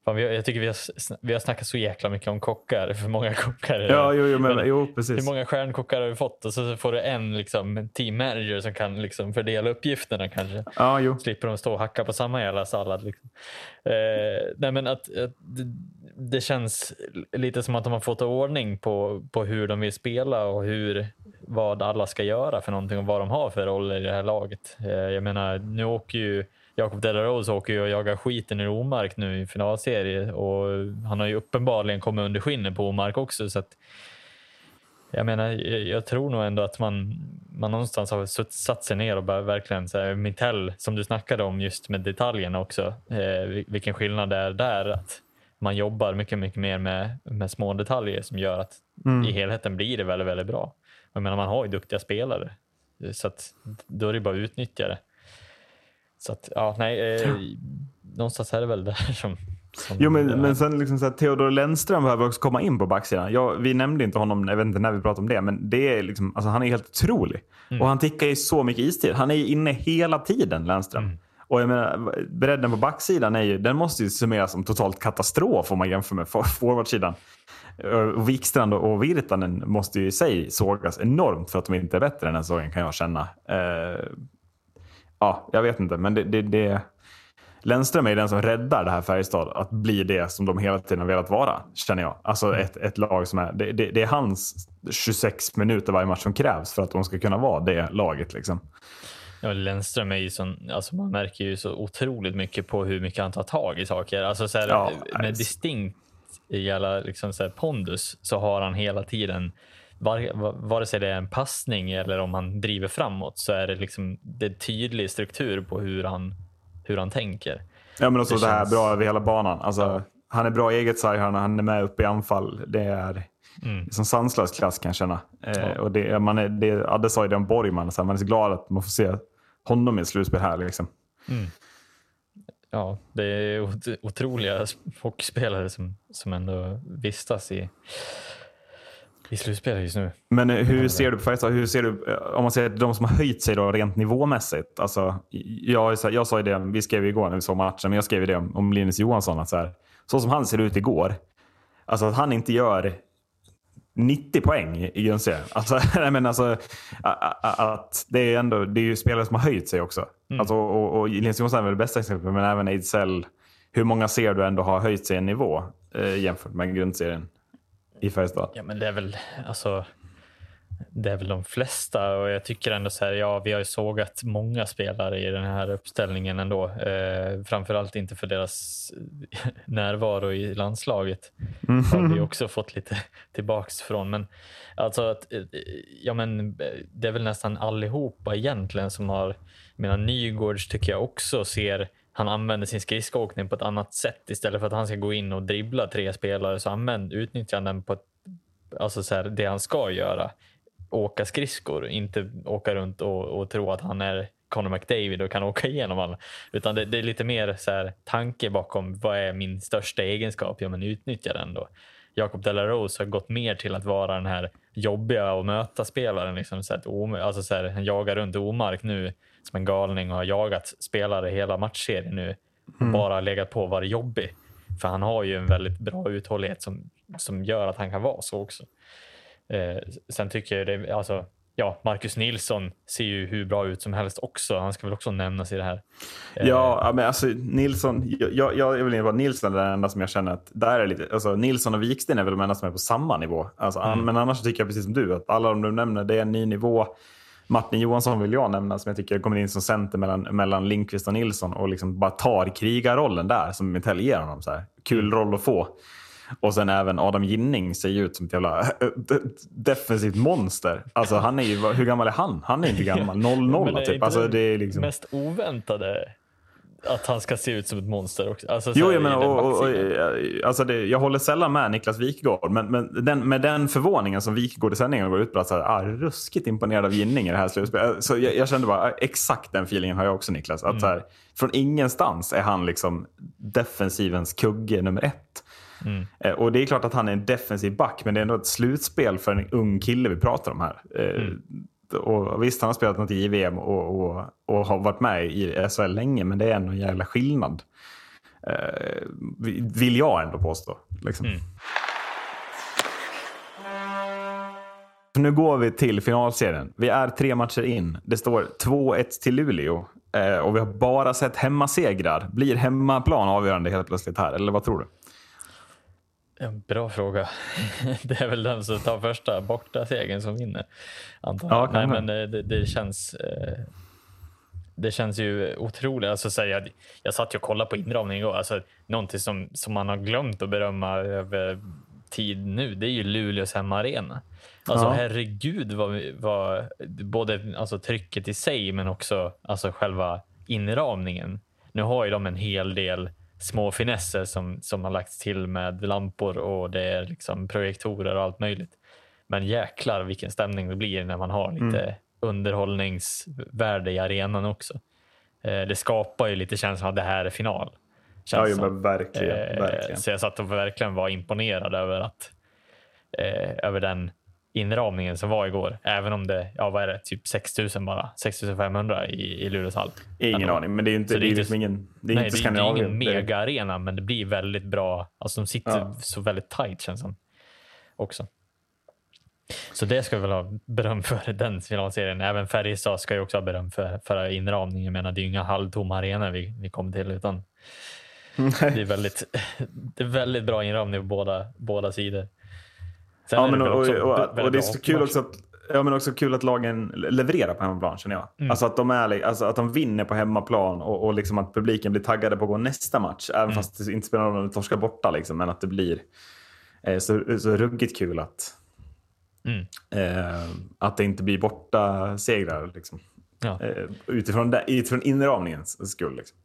[SPEAKER 5] Fan, jag tycker vi har snackat så jäkla mycket om kockar. För många kockar.
[SPEAKER 4] Ja, jo, precis.
[SPEAKER 5] Hur många stjärnkockar har vi fått? Och så får du en liksom, team manager som kan liksom, fördela uppgifterna kanske.
[SPEAKER 4] Ja, jo.
[SPEAKER 5] Slipper de stå och hacka på samma jävla sallad. Liksom. Nej, men att det känns lite som att de har fått ordning på hur de vill spela och vad alla ska göra för någonting och vad de har för roller i det här laget. Jag menar, nu åker ju Jacob de la Rose och jagar skiten i Omark nu i finalserie och han har ju uppenbarligen kommit under skinnet på Omark också, så att jag menar, jag tror nog ändå att man någonstans har satt sig ner och bara verkligen så här, Mitell som du snackade om just med detaljerna också, vilken skillnad det är där, att man jobbar mycket, mycket mer med små detaljer som gör att i helheten blir det väldigt, väldigt bra. Jag menar, man har ju duktiga spelare, så att då är det bara att utnyttja det. Så att, någonstans är det väl där som
[SPEAKER 4] jo, men sen liksom så här, Theodor Lennström behöver också komma in på backsidan. Vi nämnde inte honom, jag vet inte när vi pratade om det, men det är liksom, alltså, han är helt otrolig. Och han tickar ju så mycket istid. Han är ju inne hela tiden, Lennström. Och jag menar, bredden på backsidan den måste ju summeras som totalt katastrof om man jämför med forwardsidan. Och Wikstrand och Virtanen måste ju i sig sågas enormt för att de inte är bättre än den sågen, kan jag känna. Ja, jag vet inte, men det Lennström är den som räddar det här Färjestad att bli det som de hela tiden har velat vara, känner jag. Alltså ett lag som är det är hans 26 minuter varje match som krävs för att de ska kunna vara det laget liksom.
[SPEAKER 5] Ja, Lennström är ju sån, alltså man märker ju så otroligt mycket på hur mycket han tar tag i saker. Alltså så här, med distinkt i alla liksom så här pondus, så har han hela tiden, vare sig det är en passning eller om han driver framåt, så är det liksom det tydlig struktur på hur han tänker. Ja, men också det här bra över hela banan. Alltså, han är bra i eget sarg, han är med upp i anfall. Det är som sanslös klass, kan jag känna. Och Adde sa ju det om Borgman, så man är så glad att man får se honom i slutspel här liksom. Ja, det är otroliga hockeyspelare som ändå vistas i slutspel just nu. Men hur ser du på Färjestad? Hur ser du, om man ser de som har höjt sig då rent nivåmässigt? Alltså, jag sa ju det, vi skrev igår när vi såg matchen, men jag skrev det om Linus Johansson, att så som han ser ut igår, alltså att han inte gör 90 poäng i grundserien. Alltså, att det är ju spelare som har höjt sig också. Alltså, och Linus Johansson är väl det bästa exemplet, men även Ejdsell. Hur många ser du ändå har höjt sig en nivå jämfört med grundserien i Färjestad? Ja, men det är väl de flesta, och jag tycker ändå så här, vi har ju sågat många spelare i den här uppställningen ändå, framförallt inte för deras närvaro i landslaget har vi också fått lite tillbaks från, men alltså att, det är väl nästan allihopa egentligen som har, Nygårds tycker jag också han använder sin skridskoåkning på ett annat sätt. Istället för att han ska gå in och dribbla 3 spelare, så utnyttjar han den på alltså så här, det han ska göra. Åka skridskor, inte åka runt och tro att han är Conor McDavid och kan åka igenom alla. Utan det är lite mer så här, tanke bakom, vad är min största egenskap? Ja, men utnyttja den då. Jacob de la Rose har gått mer till att vara den här jobbiga och möta spelaren. Liksom, så här, han jagar runt Omark nu som en galning och har jagat spelare hela matchserien nu. Och bara legat på att vara jobbig. För han har ju en väldigt bra uthållighet som gör att han kan vara så också. Sen tycker jag det, alltså, Marcus Nilsson ser ju hur bra ut som helst också. Han ska väl också nämnas i det här. Ja, men alltså Nilsson, jag vill inte vara Nilsson, det är det enda som jag känner att där är lite, alltså Nilsson och Wiksten är väl de enda som är på samma nivå. Alltså, men annars tycker jag precis som du, att alla de du nämner, det är en ny nivå. Martin Johansson vill jag nämna, som jag tycker kommer in som center mellan Lindqvist och Nilsson och liksom bara tar krigarrollen där som Mitell ger honom. Så här. Kul roll att få. Och sen även Adam Ginning ser ju ut som ett jävla defensivt monster. Alltså han är ju, hur gammal är han? Han är inte gammal, 0-0 typ. Alltså det är liksom mest oväntade att han ska se ut som ett monster också. Alltså, jag håller sällan med Niklas Wikegård, men med den förvåningen som Wikegård i sändningen går ut på, att ruskigt imponerad av Ginning i det här slutspelet. Så jag kände bara exakt den feelingen har jag också, Niklas. Att så här, från ingenstans är han liksom defensivens kugge nummer 1. Och det är klart att han är en defensiv back, men det är ändå ett slutspel för en ung kille vi pratar om här. Och visst, han har spelat något i VM och har varit med i SHL länge, men det är ändå en jävla skillnad.
[SPEAKER 4] Vill jag ändå påstå. Liksom. Så nu går vi till finalserien. Vi är 3 matcher in. Det står 2-1 till Luleå. Och vi har bara sett hemmasegrar. Blir hemmaplan avgörande helt plötsligt här? Eller vad tror du?
[SPEAKER 5] En bra fråga. Det är väl den som tar första borta segern som vinner. Ja, nej, men det känns ju otroligt. Alltså, jag satt ju och kollade på inramningen igår. Alltså, någonting som man har glömt att berömma över tid nu, det är ju Luleås hemmaarena. Alltså herregud vad både alltså, trycket i sig men också alltså, själva inramningen. Nu har ju de en hel del små finesser som har lagts till med lampor och det är liksom projektorer och allt möjligt. Men jäklar vilken stämning det blir när man har lite underhållningsvärde i arenan också. Det skapar ju lite känslan att det här är final.
[SPEAKER 4] Ja, men verkligen.
[SPEAKER 5] Så jag satt och verkligen var imponerad över att över den inramningen som var igår. Även om det, vad är det? Typ 6500 i Luleås hall.
[SPEAKER 4] Ingen aning, men det är ju inte, det är ingen, det är inte Skandinavien.
[SPEAKER 5] Det är ingen mega-arena, men det blir väldigt bra. Alltså de sitter så väldigt tight känns som också. Så det ska vi väl ha beröm för den finalserien. Även Färjestad ska ju också ha beröm för inramningen. Jag menar, det är ju inga halvtomma arenor vi kommer till, utan det är väldigt bra inramning på båda sidor. Sen
[SPEAKER 4] och det är så kul också att men också kul att lagen levererar på hemmaplan, känner jag. Alltså att de att de vinner på hemmaplan och liksom att publiken blir taggade på att gå nästa match, även fast det inte spelar någon roll om de torskar borta liksom, men att det blir så ruggigt kul att det inte blir borta segrar liksom. Ja. Utifrån inramningens skull liksom.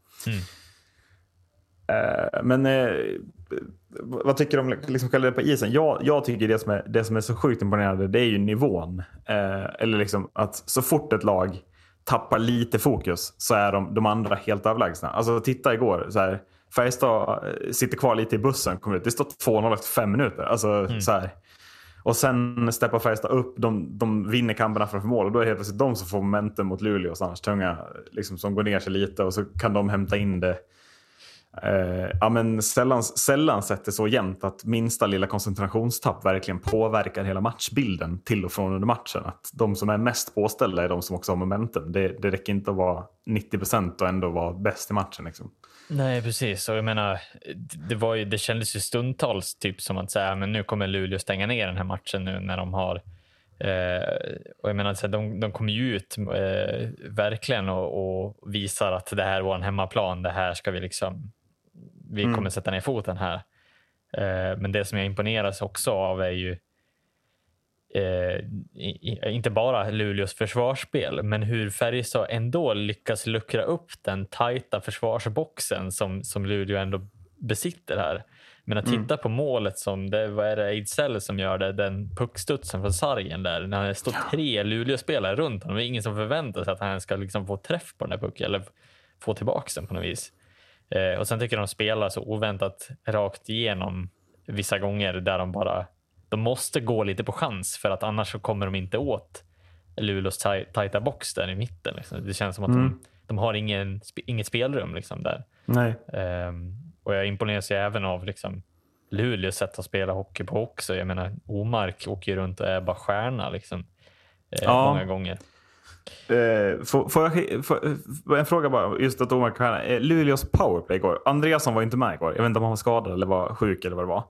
[SPEAKER 4] Men vad tycker du om liksom själva på isen? Jag tycker det som är så sjukt imponerande, det är ju nivån. Eller liksom att så fort ett lag tappar lite fokus så är de andra helt överlägsna. Alltså titta igår så här, Färjestad sitter kvar lite i bussen, kommer ut. Det står 2-0 efter 5 minuter. Alltså så här. Och sen steppar Färjestad upp, de vinner kamperna framför mål och då är det helt plötsligt de som får momentum mot Luleå och annars tunga liksom, som går ner sig lite och så kan de hämta in det. Men sällan sett det så jämnt att minsta lilla koncentrationstapp verkligen påverkar hela matchbilden till och från under matchen. Att de som är mest påställda är de som också har momentum. Det räcker inte att vara 90% och ändå vara bäst i matchen liksom. Nej, precis. Och jag menar, det kändes ju stundtals typ som att säga, men nu kommer Luleå stänga ner den här matchen nu när de har och jag menar, de kommer ju ut verkligen och visar att det här var en hemmaplan, det här ska vi kommer sätta ner foten här. Men det som jag imponeras också av är ju inte bara Luleås försvarsspel, men hur Färjestad ändå lyckas luckra upp den tajta försvarsboxen som Luleå ändå besitter här. Men att titta på målet som vad är det Ejdsell som gör det, den puckstutsen från sargen där, när det står 3 Luleå-spelare runt honom, det är ingen som förväntar sig att han ska liksom få träff på den där pucken eller få tillbaka den på något vis. Och sen tycker de spelar så oväntat rakt igenom vissa gånger där de måste gå lite på chans, för att annars så kommer de inte åt Luleås tajta box där i mitten liksom. Det känns som att de har inget spelrum liksom där. Nej. Och jag imponeras ju även av liksom Luleås sätt att spela hockey på också. Jag menar, Omark åker runt och är bara stjärna liksom, många gånger. Får jag en fråga bara, just att Omark stjärna. Luleås powerplay igår. Andreasson var inte med igår. Jag vet inte om han var skadad eller var sjuk eller vad det var.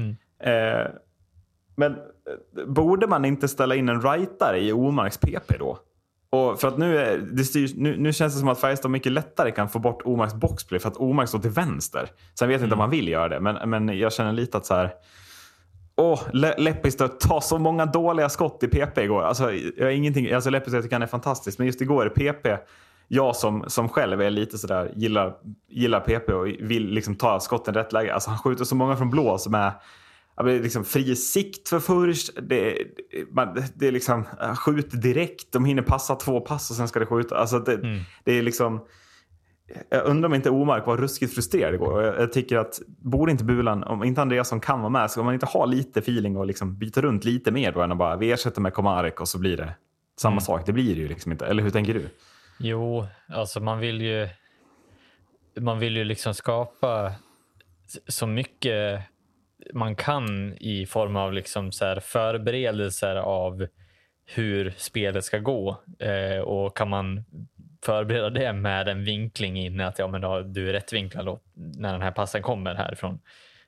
[SPEAKER 4] Men borde man inte ställa in en rightare i Omarks PP då? Och för att nu känns det som att Färjestad mycket lättare kan få bort Omarks boxplay för att Omark står till vänster. Sen vet jag inte om man vill göra det, men jag känner lite att så här, Lepistö tar så många dåliga skott i PP igår. Alltså jag har ingenting, alltså Lepistö tycker han är fantastisk, men just igår i PP, jag som själv är lite sådär gillar PP och vill liksom ta skotten rätt läge. Alltså han skjuter så många från blå som är liksom fri sikt för först. Det är liksom skjuter direkt. De hinner passa 2 pass och sen ska det skjuta. Alltså det är liksom, jag undrar om inte Omark var ruskigt frustrerad igår. Och jag tycker att borde inte Bulan, om inte Andreasson kan vara med, så kan man inte ha lite feeling och liksom byta runt lite mer då än att bara vi ersätter med Komarek och så blir det samma sak. Det blir det ju liksom inte. Eller hur tänker du? Jo, alltså man vill ju
[SPEAKER 5] man vill ju liksom skapa så mycket man kan i form av liksom så här förberedelser av hur spelet ska gå, och kan man förbereda det med en vinkling in att ja, men då, du är rättvinklad då, när den här passen kommer härifrån,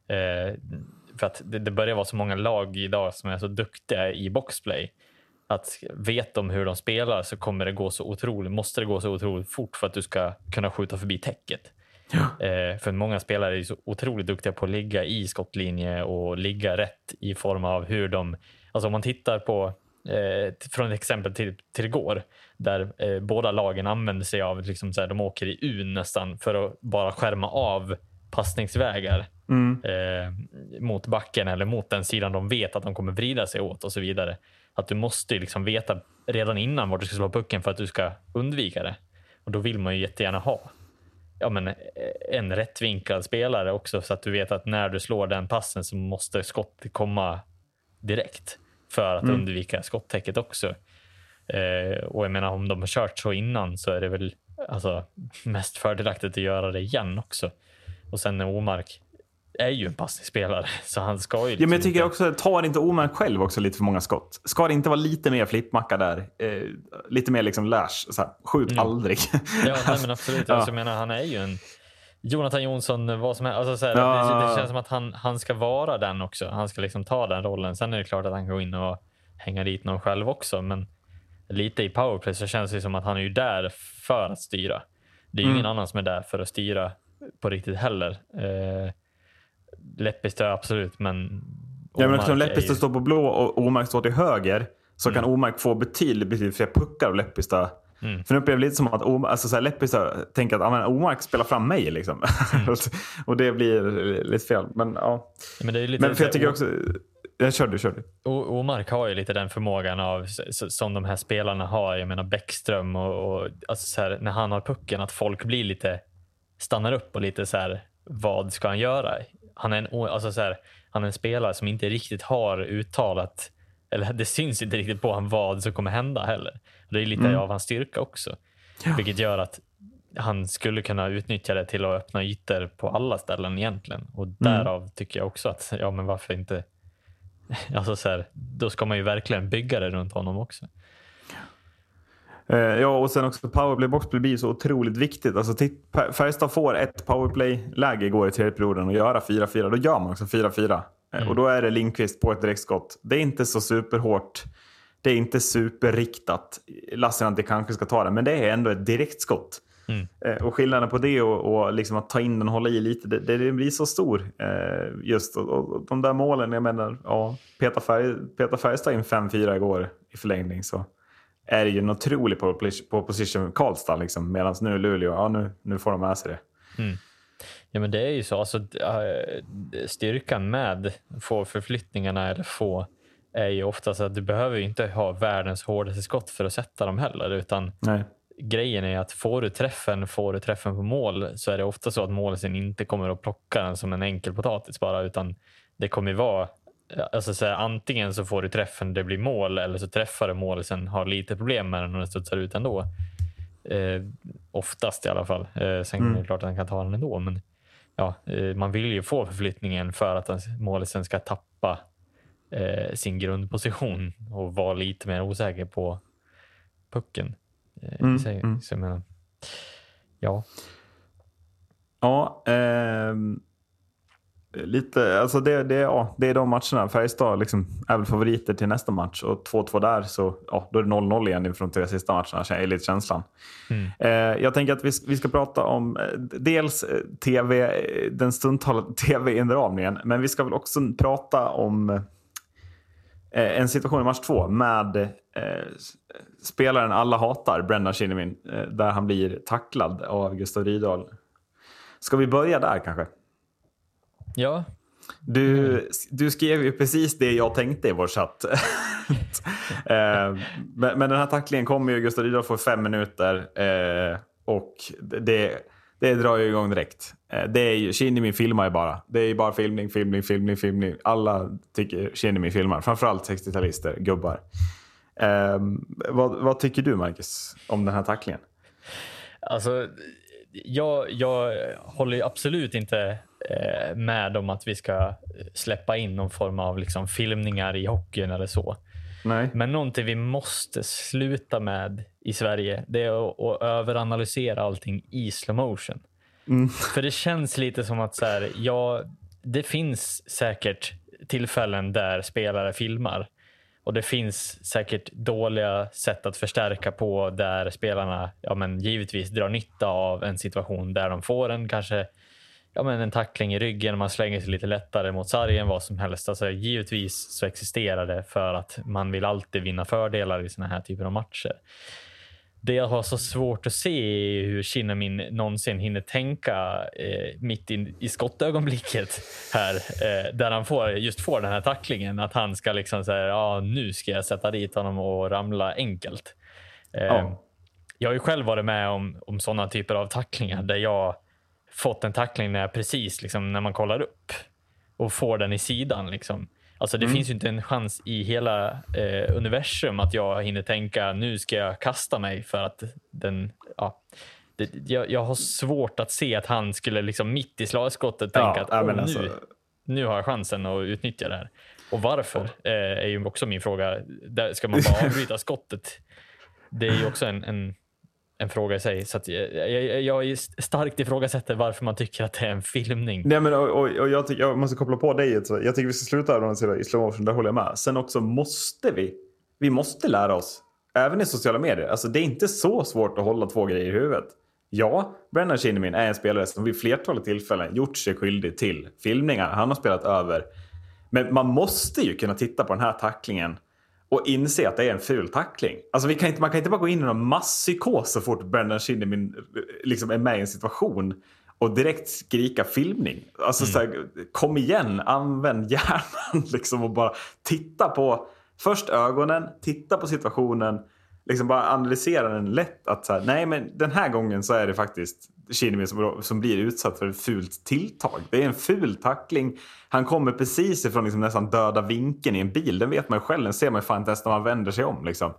[SPEAKER 5] för att det börjar vara så många lag idag som är så duktiga i boxplay att vet de hur de spelar så måste det gå så otroligt fort för att du ska kunna skjuta förbi täcket. För många spelare är så otroligt duktiga på att ligga i skottlinje och ligga rätt i form av hur de, alltså om man tittar på från ett exempel till igår där båda lagen använder sig av liksom så här, de åker i U nästan för att bara skärma av passningsvägar mot backen eller mot den sidan de vet att de kommer vrida sig åt och så vidare. Att du måste liksom veta redan innan vart du ska slå pucken för att du ska undvika det. Och då vill man ju jättegärna ha en rättvinklad spelare också, så att du vet att när du slår den passen så måste skottet komma direkt för att undvika skottäcket också. Och jag menar, om de har kört så innan så är det väl alltså mest fördelaktigt att göra det igen också. Och sen Omark är ju en passningsspelare så han ska ju liksom
[SPEAKER 4] men jag tycker också, tar inte Omark själv också lite för många skott? Ska det inte vara lite mer flippmacka där? Lite mer liksom lash, så här, skjut aldrig.
[SPEAKER 5] Ja, nej, men absolut. Alltså, jag menar, han är ju en Jonathan Jonsson, vad som är, alltså, så här, det känns som att han ska vara den också. Han ska liksom ta den rollen. Sen är det klart att han kan gå in och hänga dit någon själv också, men lite i powerplay så känns det som att han är ju där för att styra. Det är ju ingen annan som är där för att styra på riktigt heller. Leppestö absolut, men
[SPEAKER 4] om Leppestö står på blå och Omark står till höger så kan Omark få betydligt fler puckar av Leppestö. För nu upplever det lite som att Leppestö tänker att Omark spelar fram mig liksom. Och det blir lite fel. Men ja.
[SPEAKER 5] Men det är lite,
[SPEAKER 4] men för jag tycker också kör du.
[SPEAKER 5] Omark har ju lite den förmågan av som de här spelarna har. Jag menar Bäckström och alltså så här, när han har pucken att folk blir lite stannar upp och lite så här, vad ska han göra? Han är en spelare som inte riktigt har uttalat, eller det syns inte riktigt på han vad som kommer hända heller. Det är lite av hans styrka också. Vilket gör att han skulle kunna utnyttja det till att öppna ytor på alla ställen egentligen. Och därav tycker jag också att men varför inte, alltså så här, då ska man ju verkligen bygga det runt honom också.
[SPEAKER 4] Ja, och sen också powerplay boxplay blir så otroligt viktigt. Alltså Färjestad får ett powerplay-läge igår i tredje perioden och göra 4-4. Då gör man också 4-4. Och då är det Lindqvist på ett direktskott. Det är inte så superhårt. Det är inte superriktat. Lassinantti kanske ska ta det, men det är ändå ett direktskott. Och skillnaden på det och liksom att ta in den och hålla i lite, det blir så stor. Just och de där målen, jag menar, Peter Färjestad in 5-4 igår i förlängning, så är det ju en otrolig på position Karlstad liksom, medan nu Luleå, nu får de med sig det.
[SPEAKER 5] Ja, men det är ju så, alltså styrkan med få förflyttningarna eller få är ju oftast att du behöver ju inte ha världens hårdaste skott för att sätta dem heller, utan grejen är att får du träffen på mål så är det ofta så att målisen inte kommer att plocka den som en enkel potatis bara, utan det kommer ju vara alltså så här, antingen så får du träffen, det blir mål, eller så träffar du målisen, har lite problem med den och den studsar ut ändå. Oftast i alla fall. Sen är det klart att han kan ta den ändå, men man vill ju få förflyttningen för att målisen ska tappa sin grundposition och vara lite mer osäker på pucken. Så jag menar,
[SPEAKER 4] lite, alltså det är de matcherna. Färjestad liksom är väl favoriter till nästa match, och 2-2 där, så då är det 0-0 igen från de sista matcherna, är lite känslan. Jag tänker att vi ska prata om dels den stundtalade tv-inramningen, men vi ska väl också prata om en situation i match 2 med spelaren alla hatar, Brendan Shinnimin, där han blir tacklad av Gustav Rydahl. Ska vi börja där kanske?
[SPEAKER 5] Ja.
[SPEAKER 4] Du skrev ju precis det jag tänkte i vår chatt. Men den här tacklingen kommer ju Gustav Rydahl få 5 minuter, och det drar ju igång direkt. Det är ju, Shinnimin filmar ju bara. Det är ju bara filmning. Alla tycker Shinnimin filmar. Framförallt 60-talister, gubbar. Vad tycker du, Marcus, om den här tacklingen?
[SPEAKER 5] Alltså, jag håller absolut inte med om att vi ska släppa in någon form av liksom filmningar i hockeyn eller så.
[SPEAKER 4] Nej.
[SPEAKER 5] Men någonting vi måste sluta med i Sverige, det är att överanalysera allting i slow motion. För det känns lite som att så här, det finns säkert tillfällen där spelare filmar. Och det finns säkert dåliga sätt att förstärka på där spelarna givetvis drar nytta av en situation där de får en tackling i ryggen, man slänger sig lite lättare mot sargen, vad som helst. Alltså, givetvis så existerar det för att man vill alltid vinna fördelar i såna här typer av matcher. Det jag har så svårt att se är hur Shinnimin någonsin hinner tänka mitt i skottögonblicket här, där han får den här tacklingen, att han ska liksom säga nu ska jag sätta dit honom och ramla enkelt. Jag har ju själv varit med om sådana typer av tacklingar där jag fått en tackling när jag precis liksom, när man kollar upp och får den i sidan liksom. Alltså det finns ju inte en chans i hela universum att jag hinner tänka nu ska jag kasta mig för att jag har svårt att se att han skulle liksom mitt i slagskottet tänka att nu har jag chansen att utnyttja det här. Och varför är ju också min fråga. Där ska man bara avbryta skottet? Det är ju också en fråga i sig. Så att jag starkt ifrågasätter varför man tycker att det är en filmning.
[SPEAKER 4] Nej, men och jag måste koppla på dig. Jag tycker vi ska sluta i slow motion, där håller jag med. Sen också måste vi måste lära oss, även i sociala medier. Alltså det är inte så svårt att hålla två grejer i huvudet. Ja, Brennan Shinnimin är en spelare som vid flertalet tillfällen gjort sig skyldig till filmningar. Han har spelat över. Men man måste ju kunna titta på den här tacklingen och inse att det är en ful tackling. Alltså man kan inte bara gå in i någon masspsykos så fort Brendan Shinnimin liksom är med i en situation och direkt skrika filmning. Alltså så här, kom igen, använd hjärnan liksom och bara titta på först ögonen, titta på situationen, liksom bara analysera den lätt att så här, nej men den här gången så är det faktiskt Shinnimin som blir utsatt för ett fult tilltag. Det är en ful tackling. Han kommer precis ifrån liksom nästan döda vinkeln i en bil. Den vet man ju själv. Den ser man ju fan inte ens när man vänder sig om. Liksom.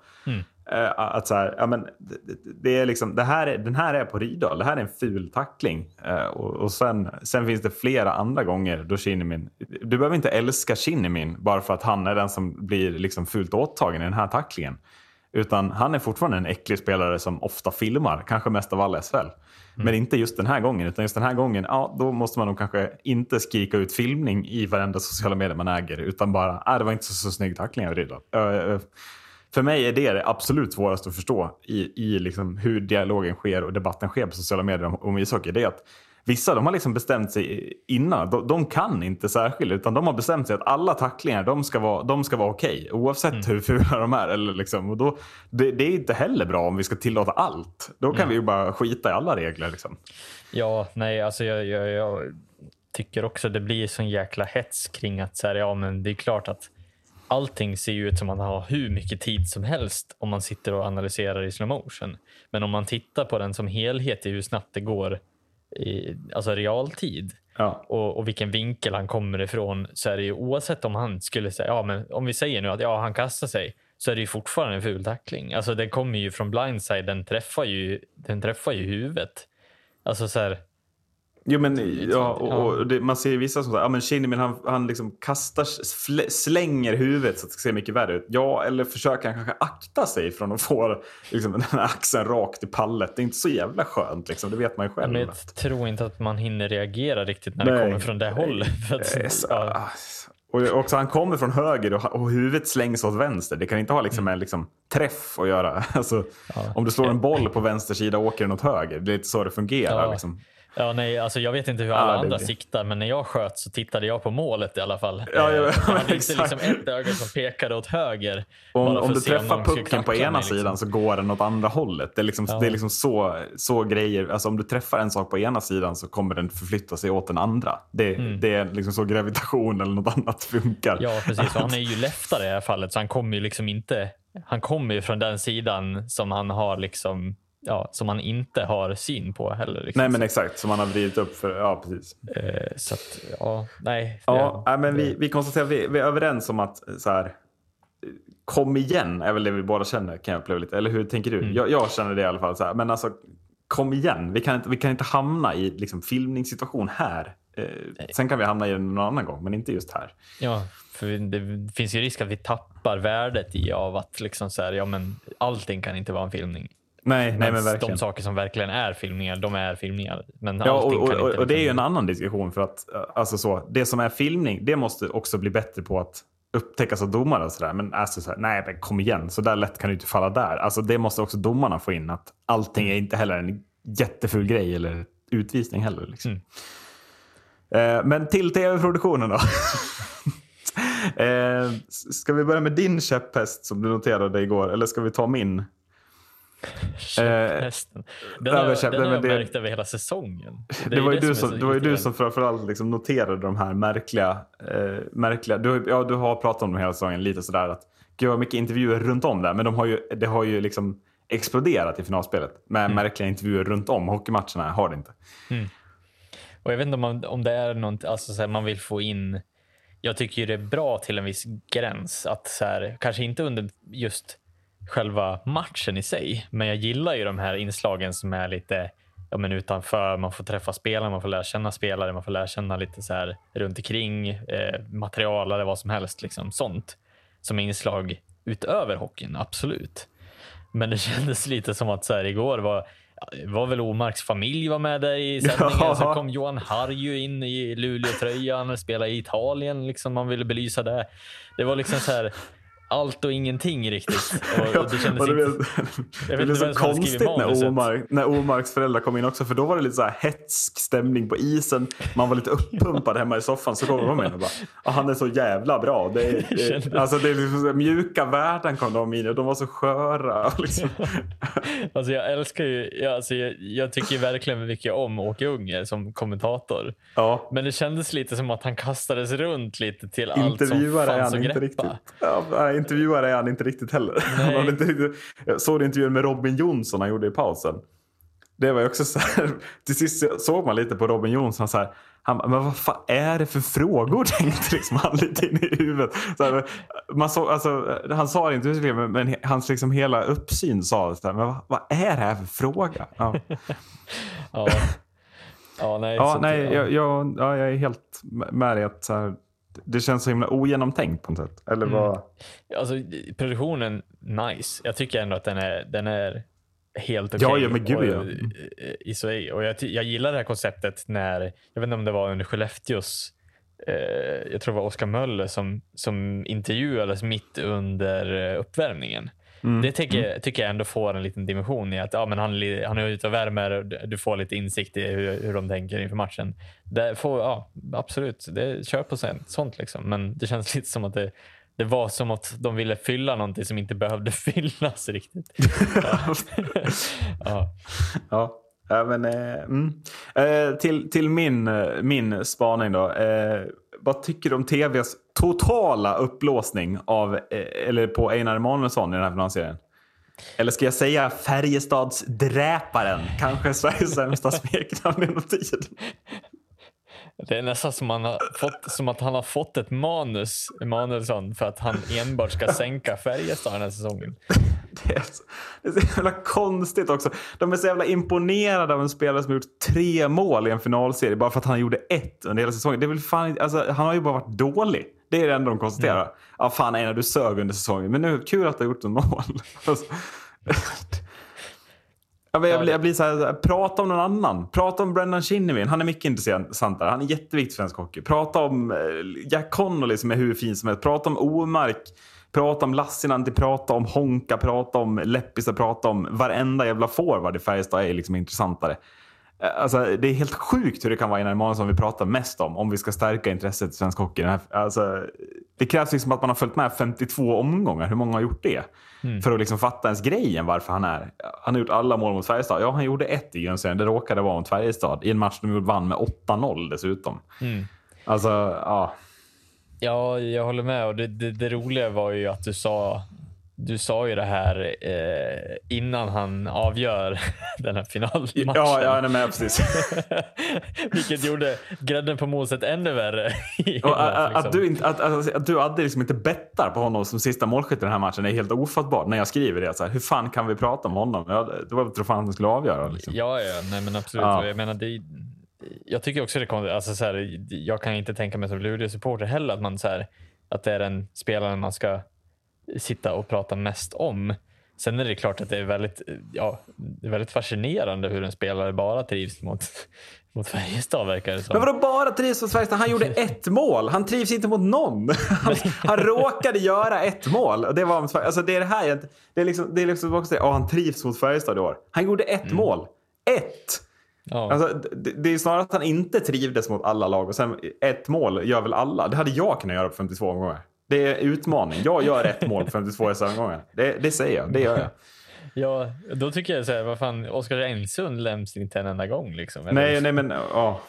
[SPEAKER 4] Att så här, det är liksom, den här är på Rydahl. Det här är en ful tackling. Och sen finns det flera andra gånger då Shinnimin... Du behöver inte älska Shinnimin bara för att han är den som blir liksom fult åttagen i den här tacklingen. Utan han är fortfarande en äcklig spelare som ofta filmar. Kanske mest av alla SHL. Men inte just den här gången. Utan just den här gången, då måste man nog kanske inte skrika ut filmning i varenda sociala medier man äger. Utan bara, det var inte så snygg tackling av Rydahl. För mig är det absolut svårast att förstå i liksom hur dialogen sker och debatten sker på sociala medier om ishockey. Det är att vissa, de har liksom bestämt sig innan. De kan inte särskilt, utan de har bestämt sig att alla tacklingar, de ska vara okej. Oavsett hur fula de är. Eller liksom. Och då, det är inte heller bra om vi ska tillåta allt. Då kan vi ju bara skita i alla regler. Liksom.
[SPEAKER 5] Ja, nej, alltså jag tycker också det blir sån jäkla hets kring att så här, men det är klart att allting ser ju ut som man har hur mycket tid som helst om man sitter och analyserar i slow motion. Men om man tittar på den som helhet i hur snabbt det går alltså realtid och vilken vinkel han kommer ifrån, så är det ju oavsett om han skulle säga, men om vi säger nu att han kastar sig, så är det ju fortfarande en ful tackling. Alltså det kommer ju från blindside, den träffar ju huvudet. Alltså så här.
[SPEAKER 4] Jo men man ser ju vissa som säger, men Shinnimin han liksom kastar, slänger huvudet så att det ser mycket värre ut. Ja, eller försöker han kanske akta sig från att få liksom, den här axeln rakt i pallet. Det är inte så jävla skönt liksom, det vet man ju själv.
[SPEAKER 5] Men jag tror inte att man hinner reagera riktigt när det kommer från det hållet.
[SPEAKER 4] Och också han kommer från höger och huvudet slängs åt vänster. Det kan inte ha liksom en liksom träff att göra. Alltså, om du slår en boll på vänster sida åker den åt höger. Det är inte så det fungerar liksom.
[SPEAKER 5] Ja, nej, alltså jag vet inte hur alla andra siktar, men när jag sköt så tittade jag på målet i alla fall.
[SPEAKER 4] Jag
[SPEAKER 5] hade inte liksom ett öga som pekade åt höger.
[SPEAKER 4] Om du träffar pucken på ena sidan så går den åt andra hållet. Det är liksom, det är liksom så grejer. Alltså om du träffar en sak på ena sidan så kommer den förflytta sig åt den andra. Det är liksom så gravitation eller något annat funkar.
[SPEAKER 5] Ja, precis. Och han är ju leftare i det här fallet, så han kommer ju liksom inte... Han kommer ju från den sidan som han har liksom... som man inte har syn på heller. Liksom. Nej,
[SPEAKER 4] men exakt. Som man har vridit upp för... Ja, precis.
[SPEAKER 5] Så att, nej.
[SPEAKER 4] Men vi konstaterar att vi är överens om att så här, kom igen är väl det vi båda känner, kan jag uppleva lite. Eller hur tänker du? Jag känner det i alla fall så här. Men alltså, kom igen. Vi kan inte hamna i liksom filmningssituation här. Sen kan vi hamna i den någon annan gång, men inte just här.
[SPEAKER 5] Ja, för det finns ju risk att vi tappar värdet i av att liksom så här, ja men allting kan inte vara en filmning.
[SPEAKER 4] Nej, men verkligen.
[SPEAKER 5] De saker som verkligen är filmningar, de är filmningar. Men
[SPEAKER 4] ja,
[SPEAKER 5] allting kan inte
[SPEAKER 4] och det är ju en annan diskussion, för att alltså så, det som är filmning, det måste också bli bättre på att upptäckas av domare och sådär. Men alltså så här, nej, men kom igen, så där lätt kan du inte falla där. Alltså det måste också domarna få in, att allting är inte heller en jätteful grej eller utvisning heller liksom. Men till tv-produktionen då. Ska vi börja med din käpphäst som du noterade igår, eller ska vi ta min?
[SPEAKER 5] Käpphästen. Den har jag märkt över hela säsongen.
[SPEAKER 4] Det var ju du som framförallt liksom noterade de här märkliga du har pratat om dem hela säsongen lite sådär, att gud vad mycket intervjuer runt om där, men det har ju liksom exploderat i finalspelet med märkliga intervjuer runt om hockeymatcherna, har det inte.
[SPEAKER 5] Och jag vet inte om det är något, alltså så här, man vill få in, jag tycker ju det är bra till en viss gräns att så här, kanske inte under just själva matchen i sig, men jag gillar ju de här inslagen som är lite utanför, man får träffa spelare, man får lära känna spelare, man får lära känna lite så här runt omkring material eller vad som helst liksom, sånt som är inslag utöver hockeyn, absolut. Men det kändes lite som att så här, igår var väl Omarks familj var med där i sändningen. Ja. Så kom Johan Harju in i Luleå-tröjan och spelade i Italien. Liksom, man ville belysa det. Det var liksom så här allt och ingenting riktigt. Och det kändes
[SPEAKER 4] det blev så konstigt när Omarks föräldrar kom in också. För då var det lite så här hetsk stämning på isen. Man var lite uppumpad hemma i soffan. Så kom de in och bara, han är så jävla bra. Alltså det är liksom mjuka värden kom de in. Och de var så sköra. Liksom.
[SPEAKER 5] Alltså jag älskar ju, jag tycker verkligen mycket om Åke Unger som kommentator. Ja. Men det kändes lite som att han kastades runt lite till allt som fanns att greppa.
[SPEAKER 4] Intervjuare är han inte riktigt heller. Jag såg intervjun med Robin Jonsson han gjorde i pausen. Det var ju också så här, till sist såg man lite på Robin Jonsson så här, men vad fan är det för frågor, tänkte liksom han lite in i huvudet. Så här, man såg, alltså, han sa det inte, men hans liksom hela uppsyn sa så här, men vad är det här för fråga? Ja. Jag är helt med dig att så här, det känns så himla ogenomtänkt på något sätt. Eller vad?
[SPEAKER 5] Alltså, produktionen, nice. Jag tycker ändå att den är helt okej.
[SPEAKER 4] Ja, men gud,
[SPEAKER 5] och jag gillar det här konceptet när, jag vet inte om det var under Skellefteås, jag tror det var Oskar Möller som intervjuades mitt under uppvärmningen. Det tycker jag ändå får en liten dimension i att men han är ute och värmer, du får lite insikt i hur de tänker inför matchen. Absolut, det kör på sånt liksom. Men det känns lite som att det var som att de ville fylla någonting som inte behövde fyllas riktigt.
[SPEAKER 4] Till min spaning då. Vad tycker du om TV:s totala upplåsning av eller på Einar Emanuelsson i den här finalserien? Eller ska jag säga Färjestads dräparen? Kanske Sveriges sämsta smeknamn genom tiden.
[SPEAKER 5] Det är nästan som att han har fått ett manus, Emanuelsson, för att han enbart ska sänka Färjestad den här säsongen.
[SPEAKER 4] Det är så jävla konstigt också. De är så jävla imponerade av en spelare som har gjort 3 mål i en finalserie bara för att han gjorde 1 under hela säsongen. Det är väl fan, alltså, han har ju bara varit dålig. Det är det enda de konstaterar. Ja, fan Einar, du sög under säsongen. Men nu är det kul att du har gjort en mål. Alltså, jag blir så här, prata om någon annan. Prata om Brendan Shinnimin. Han är mycket intressantare. Han är jätteviktig för svensk hockey. Prata om Jack Connolly som är hur fin som helst. Prata om Omark. Prata om Lassinantti. Prata om Honka. Prata om Leppisa. Prata om varenda jävla forward i Färjestad är liksom intressantare. Alltså, det är helt sjukt hur det kan vara innan månad som vi pratar mest om vi ska stärka intresset i svensk hockey. Alltså, det krävs liksom att man har följt med 52 omgångar. Hur många har gjort det? För att liksom fatta ens grejen varför han har gjort alla mål mot Färjestad. Ja, han gjorde 1 i grundserien. Det råkade vara mot Färjestad i en match de vann med 8-0 dessutom. Alltså, ja.
[SPEAKER 5] Ja, jag håller med. Och det roliga var ju att du sa du sa ju det här innan han avgör den här finalmatchen.
[SPEAKER 4] Ja, nej, men precis.
[SPEAKER 5] Vilket gjorde grädden på moset ännu värre.
[SPEAKER 4] Att du hade liksom inte bettar på honom som sista målskytt i den här matchen är helt ofattbart. När jag skriver det så här, hur fan kan vi prata om honom? Det var tror fan han skulle avgöra. Liksom.
[SPEAKER 5] Ja, nej men absolut. Ja. Jag menar, jag tycker också det kommer, alltså så här, jag kan inte tänka mig som Luleå-supporter heller att man så här, att det är den spelaren man ska sitta och prata mest om. Sen är det klart att det är väldigt fascinerande hur en spelare bara trivs mot Färjestad, verkar det som.
[SPEAKER 4] Men vadå bara trivs mot Färjestad? Han gjorde ett mål. Han trivs inte mot någon. Han råkade göra ett mål. Och det var alltså det är det här det är liksom också han trivs mot Färjestad i år. Han gjorde ett mål. Ett. Ja. Alltså, det är snarare att han inte trivdes mot alla lag och sen ett mål gör väl alla. Det hade jag kunnat göra på 52 gånger. Det är utmaning. Jag gör ett mål på 52 gånger. Det säger jag. Det gör jag.
[SPEAKER 5] Ja, då tycker jag så här, vad fan, Oskar Engsund lämns inte en enda gång liksom.
[SPEAKER 4] Nej, men ja.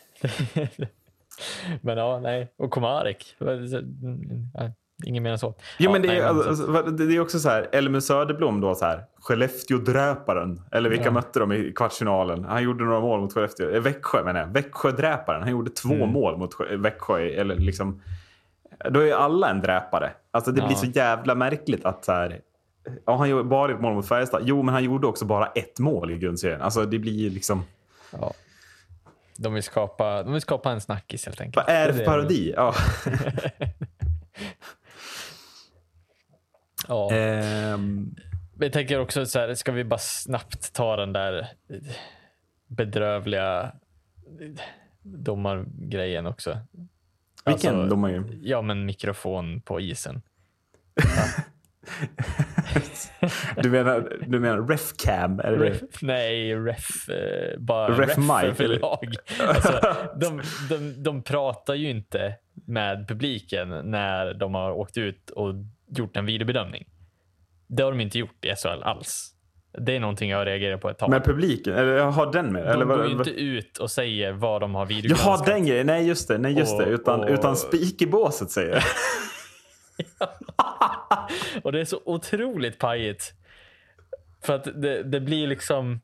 [SPEAKER 5] Men ja, nej. Och Komarek. Ingen mer än så.
[SPEAKER 4] Jo, men det är också så här, Elmer Söderblom då så här, Skellefteå-dräparen. Eller vilka mötte de i kvartsfinalen? Han gjorde några mål mot Skellefteå. Växjö menar jag. Växjö-dräparen. Han gjorde 2 mål mot Växjö. Eller liksom, då är alla en dräpare. Alltså det blir så jävla märkligt att så här, ja, han gjorde bara ett mål mot Färjestad. Jo, men han gjorde också bara ett mål i grundserien. Alltså det blir liksom...
[SPEAKER 5] Ja. De vill skapa en snackis helt enkelt.
[SPEAKER 4] Vad är det för parodi? Ja.
[SPEAKER 5] Ja. Jag tänker också så här, ska vi bara snabbt ta den där bedrövliga domargrejen också.
[SPEAKER 4] Vilken
[SPEAKER 5] alltså,
[SPEAKER 4] domar?
[SPEAKER 5] Ja, men mikrofon på isen.
[SPEAKER 4] Du menar refcam?
[SPEAKER 5] Nej, bara
[SPEAKER 4] ref
[SPEAKER 5] för lag. Alltså, de pratar ju inte med publiken när de har åkt ut och gjort en videobedömning. Det har de inte gjort i SHL alls. Det är någonting jag reagerar på ett tag.
[SPEAKER 4] Med publiken? Eller har den med?
[SPEAKER 5] De går ju inte ut och säger vad de har videogranskat.
[SPEAKER 4] Jaha, den grejen. Nej, just det. Utan spik i båset säger
[SPEAKER 5] Och det är så otroligt pajigt. För att det blir liksom...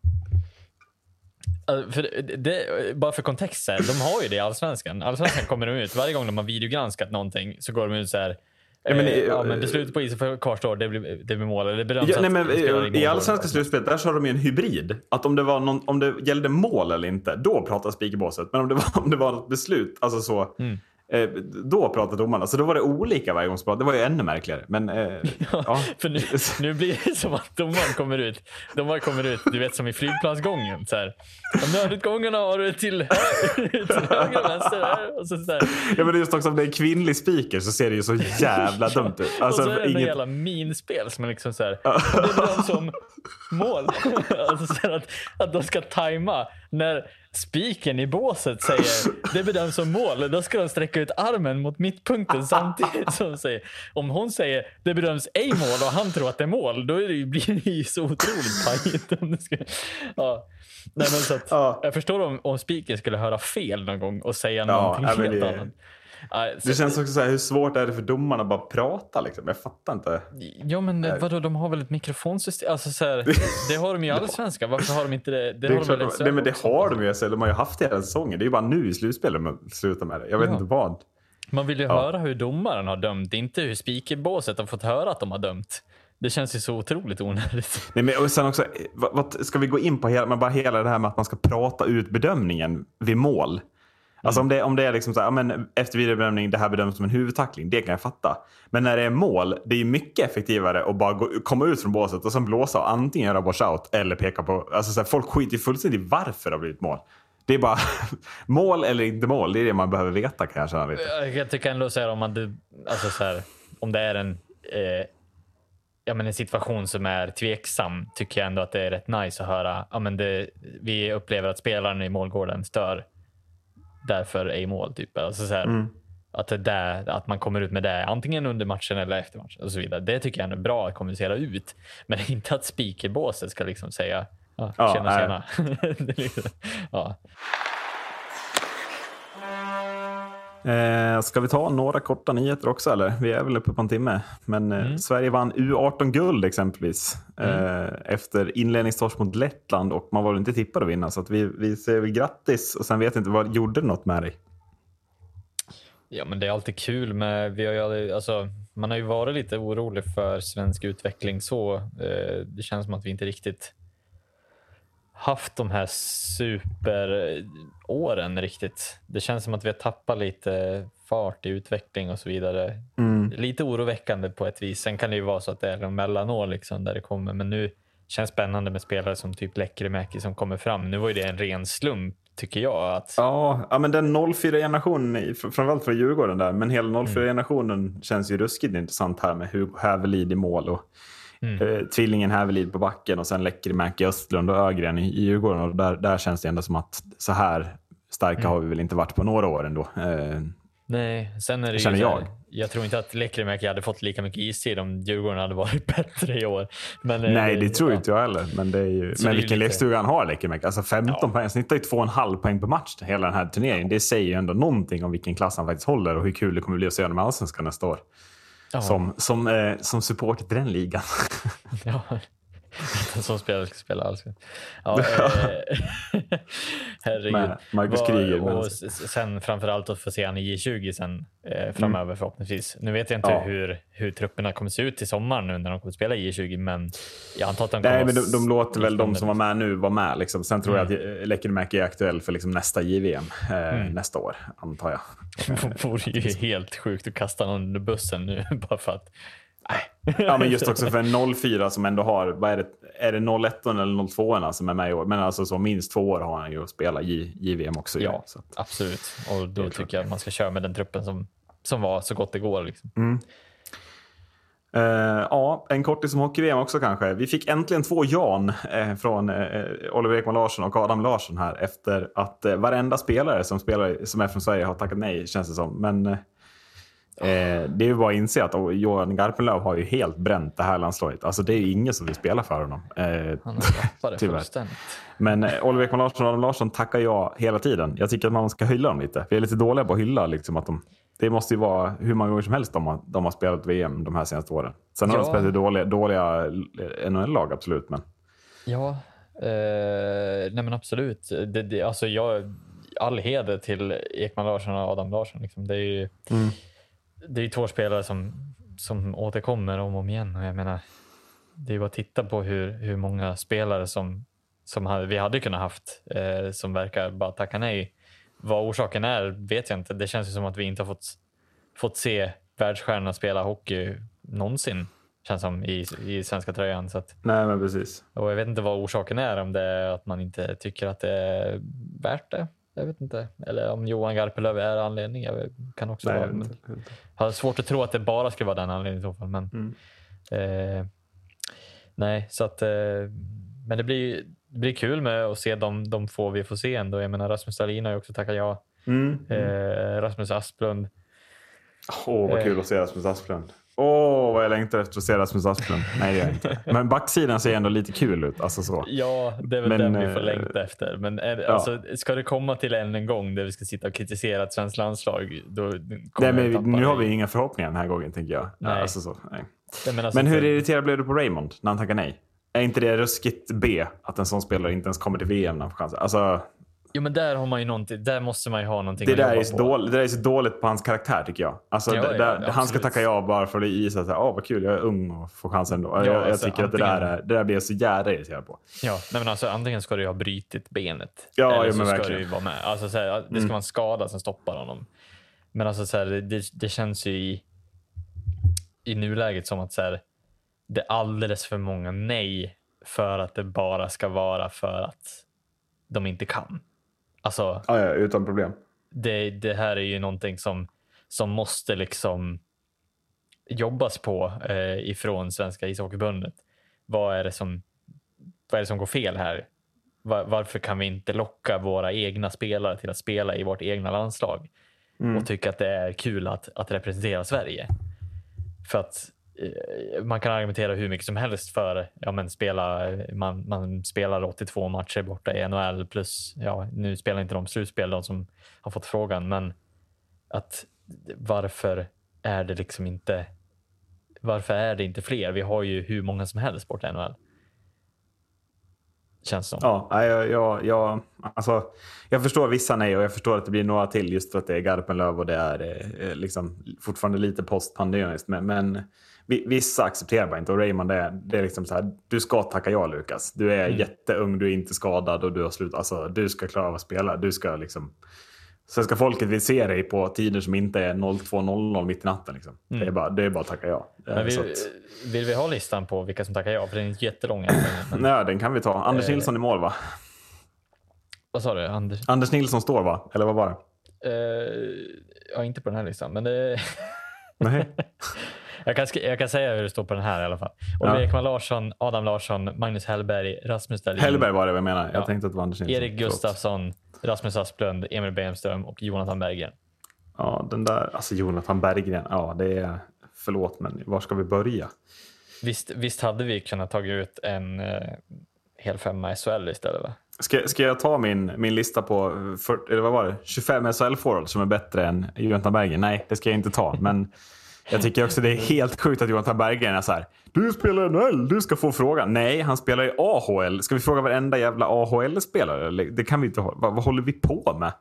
[SPEAKER 5] bara för kontext så här, de har ju det i Allsvenskan. Allsvenskan kommer de ut, varje gång de har videogranskat någonting så går de ut så här. Men beslutet på isen för kvarstår, det blir mål eller bedöms
[SPEAKER 4] i Allsvenska slutspel där så har de ju en hybrid att om det gällde mål eller inte, då pratar spikerbåset, men om det var ett beslut, alltså så då pratade domarna, så då var det olika varje gång. Det var ju ännu märkligare. Men
[SPEAKER 5] för nu blir det som att domaren kommer ut, du vet, som i flygplansgången så här. Nödutgångarna har du till höger och vänster där, och så här.
[SPEAKER 4] Ja, men det är just också om det är en kvinnlig speaker så ser det ju så jävla dumt ut. Alltså,
[SPEAKER 5] och så är det en jävla minspel som är liksom så här. Och det är de som mål. Alltså så här att de ska tajma när spiken i båset säger det bedöms som mål, då ska de sträcka ut armen mot mittpunkten samtidigt som säger, om hon säger det bedöms ej mål och han tror att det är mål, då blir det ju så otroligt pajigt om det ska, Nej, men så att, jag förstår om spiken skulle höra fel någon gång och säga någonting helt annat.
[SPEAKER 4] Det känns också så här, hur svårt är det för domarna att bara prata liksom? Jag fattar inte.
[SPEAKER 5] Ja, men vadå, de har väl ett mikrofonsystem, alltså så här, det har de ju i Allsvenskan. Varför har de inte det? Det har
[SPEAKER 4] de ju, de har ju haft det hela säsongen. Det är ju bara nu i slutspelet man slutar med det. Jag vet inte vad.
[SPEAKER 5] Man vill ju höra hur domaren har dömt, inte hur spikerbåset har fått höra att de har dömt. Det känns ju så otroligt onödigt. Nej,
[SPEAKER 4] men och sen också, vad ska vi gå in på hela det här med att man ska prata ut bedömningen vid mål? Alltså om det är liksom så här, men efter videobedömning, det här bedöms som en huvudtackling, det kan jag fatta. Men när det är mål, det är mycket effektivare att bara komma ut från båset och sen blåsa och antingen göra washout eller peka på, alltså så här, folk skiter ju fullständigt varför det har blivit mål. Det är bara mål eller inte mål, det är det man behöver veta kanske.
[SPEAKER 5] Jag tycker ändå så här, om det är en situation som är tveksam, tycker jag ändå att det är rätt nice att höra. Vi upplever att spelaren i målgården stör, därför är i mål typ. Alltså så här, att man kommer ut med det antingen under matchen eller efter matchen och så vidare. Det tycker jag är bra att kommunicera ut, men inte att spikerbåset ska liksom säga tjena.
[SPEAKER 4] Ska vi ta några korta nyheter också eller? Vi är väl uppe på en timme. Men Sverige vann U18-guld exempelvis. Efter inledningstorsk mot Lettland och man var väl inte tippad att vinna. Så att vi säger väl grattis och sen vet inte vad gjorde något med dig.
[SPEAKER 5] Ja, men det är alltid kul med, man har ju varit lite orolig för svensk utveckling så. Det känns som att vi inte riktigt haft de här superåren riktigt. Det känns som att vi har tappat lite fart i utveckling och så vidare. Lite oroväckande på ett vis. Sen kan det ju vara så att det är en mellanår liksom där det kommer. Men nu känns det spännande med spelare som typ Lekkerimäki som kommer fram. Nu var ju det en ren slump tycker jag. Att...
[SPEAKER 4] Ja, men den 04-generationen, framförallt för Djurgården där, men hela 04-generationen känns ju ruskigt intressant här med Hävelid i mål och tvillingen Hävelid på backen och sen Lekkerimäki, Östlund och Ögren i Djurgården. Och där känns det ändå som att så här starka har vi väl inte varit på några år ändå.
[SPEAKER 5] Nej, sen är det ju jag tror inte att Lekkerimäki hade fått lika mycket istid om Djurgården hade varit bättre i år. Men,
[SPEAKER 4] nej, det tror inte jag heller. Men, det är ju, men vilken lekstuga han har, Lekkerimäki. Alltså 15 poäng, snittar ju 2,5 poäng på match hela den här turneringen. Det säger ju ändå någonting om vilken klass han faktiskt håller och hur kul det kommer bli att se honom i Allsvenskan nästa år. Som supporter till den ligan.
[SPEAKER 5] Ja. Som spelare ska spela Allsvenskan. Ja, herregud.
[SPEAKER 4] Marcus Kryger.
[SPEAKER 5] Och sen framförallt att få se han i J20 sen framöver förhoppningsvis. Nu vet jag inte hur trupperna kommer se ut till sommaren nu när de kommer spela i J20, men jag antar att
[SPEAKER 4] de låter väl de som var med nu vara med liksom. Sen tror jag att Lekkerimäki är aktuell för liksom nästa JVM nästa år, antar jag.
[SPEAKER 5] Det vore ju helt sjukt att kasta någon under bussen nu bara för att
[SPEAKER 4] ja, men just också för en 04 som ändå har, vad är det 01 eller 02 som är med i år, men alltså så minst 2 år har han ju att spela JVM också.
[SPEAKER 5] Ja,
[SPEAKER 4] så att,
[SPEAKER 5] absolut. Och då tycker jag att man ska köra med den truppen som var så gott det går liksom.
[SPEAKER 4] Ja, en kortis som hockey-VM också kanske. Vi fick äntligen 2 Jan från Oliver Ekman Larsson och Adam Larsson här efter att varenda spelare som är från Sverige har tackat nej, känns det som. Men det är ju bara att inse att Johan Garpenlöv har ju helt bränt det här landslaget. Alltså det är ju ingen som vill spela för honom.
[SPEAKER 5] Han har det fullständigt.
[SPEAKER 4] Men Oliver Ekman Larsson och Adam Larsson tackar jag hela tiden. Jag tycker att man ska hylla dem lite. Vi är lite dåliga på att hylla liksom, att det måste ju vara hur många gånger som helst de har spelat VM de här senaste åren. Sen har de spelat dåliga NHL-lag, absolut. Men...
[SPEAKER 5] Ja, nej men absolut. Alltså all heder till Ekman Larsson och Adam Larsson. Liksom. Det är ju... Det är ju 2 spelare som återkommer om och om igen. Och jag menar, det är bara att titta på hur många spelare som vi hade kunnat haft som verkar bara tacka nej. Vad orsaken är vet jag inte. Det känns ju som att vi inte har fått se världsstjärnorna spela hockey någonsin. Känns som i svenska tröjan. Så att,
[SPEAKER 4] nej, men precis.
[SPEAKER 5] Och jag vet inte vad orsaken är. Om det är att man inte tycker att det är värt det. Jag vet inte. Eller om Johan Garpenlöv är anledning. Jag kan också vara. Jag har svårt att tro att det bara ska vara den anledningen i så fall. Men, nej, så att... men det blir kul med att se de få vi får se ändå. Jag menar, Rasmus Dahlin har ju också tackat ja. Rasmus Asplund.
[SPEAKER 4] Vad kul att se Rasmus Asplund. Vad jag längtar efter att se Rasmus Asplund. Nej, det är inte. Men backsidan ser ändå lite kul ut. Alltså så.
[SPEAKER 5] Ja, det är väl den vi får längta efter. Men alltså, ska det komma till en gång där vi ska sitta och kritisera ett svenskt landslag, då
[SPEAKER 4] nej, men nu har vi inga förhoppningar den här gången, tänker jag.
[SPEAKER 5] Nej.
[SPEAKER 4] Alltså så, nej.
[SPEAKER 5] Alltså,
[SPEAKER 4] men hur irriterad blev du på Raymond när han tackar nej? Är inte det ruskigt B att en sån spelare inte ens kommer till VM när han får chansen? Alltså...
[SPEAKER 5] Jo, men där har man ju någonting, där måste man ju ha någonting
[SPEAKER 4] det
[SPEAKER 5] att
[SPEAKER 4] där
[SPEAKER 5] jobba
[SPEAKER 4] är det där är så dåligt på hans karaktär, tycker jag. Alltså, han ska tacka ja bara för att visa att vad kul, jag är ung och får chansen då. Jag tycker att det där blir så jävla irriterad på.
[SPEAKER 5] Ja, nej, men alltså antingen ska du ju ha brytit benet.
[SPEAKER 4] Ja,
[SPEAKER 5] eller så ska
[SPEAKER 4] verkligen.
[SPEAKER 5] du ju vara med. Alltså så här, det ska man skada som stoppar honom. Men alltså så här, det känns ju i nuläget som att så här, det är alldeles för många nej för att det bara ska vara för att de inte kan. Alltså,
[SPEAKER 4] ja, utan problem.
[SPEAKER 5] Det här är ju någonting som måste liksom jobbas på ifrån Svenska ishockeybundet. Vad är det som går fel här? Varför kan vi inte locka våra egna spelare till att spela i vårt egna landslag och tycka att det är kul att representera Sverige? För att man kan argumentera hur mycket som helst för man spelar 82 matcher borta i NHL plus nu spelar inte de slutspel, de som har fått frågan, men att varför är det liksom inte, varför är det inte fler? Vi har ju hur många som helst bort i NHL. Känns som.
[SPEAKER 4] Ja, alltså, jag förstår vissa nej och jag förstår att det blir några till just för att det är Garpenlöv och det är liksom fortfarande lite postpandemiskt. Men vissa accepterar bara inte, och Raymond det är liksom så här, du ska tacka ja, Lukas. Du är jätteung, du är inte skadad och du har slut, alltså du ska klara av att spela. Du ska liksom, svenska folket vill se dig på tider som inte är 02:00 mitt i natten liksom. Det är bara att tacka ja.
[SPEAKER 5] Men vill vi ha listan på vilka som tackar ja? För den är inte jättelång.
[SPEAKER 4] Nej, den kan vi ta. Anders Nilsson i mål, va?
[SPEAKER 5] Vad sa du?
[SPEAKER 4] Anders Nilsson står, va? Eller vad var det?
[SPEAKER 5] Ja, inte på den här listan, men det...
[SPEAKER 4] Nej.
[SPEAKER 5] Jag kan säga hur det står på den här i alla fall. Oliver Ekman Larsson, Adam Larsson, Magnus Hellberg, Rasmus Dahlin.
[SPEAKER 4] Hellberg var det jag menar. Jag tänkte att det var Anders Nilsson.
[SPEAKER 5] Erik Gustafsson, Rasmus Asplund, Emil Bemström och Jonathan Berggren.
[SPEAKER 4] Ja, den där, alltså Jonathan Berggren. Ja, det är, förlåt, men var ska vi börja?
[SPEAKER 5] Visst hade vi kunnat ta ut en hel 5 SHL istället, va?
[SPEAKER 4] Ska jag ta min lista på 40, eller vad var det? 25 SHL-forward som är bättre än Jonathan Berggren? Nej, det ska jag inte ta, men jag tycker också det är helt sjukt att Jonathan Berggren är så här: du spelar NHL, du ska få frågan. Nej, han spelar i AHL. Ska vi fråga varenda jävla AHL-spelare? Det kan vi inte ha. Vad håller vi på med?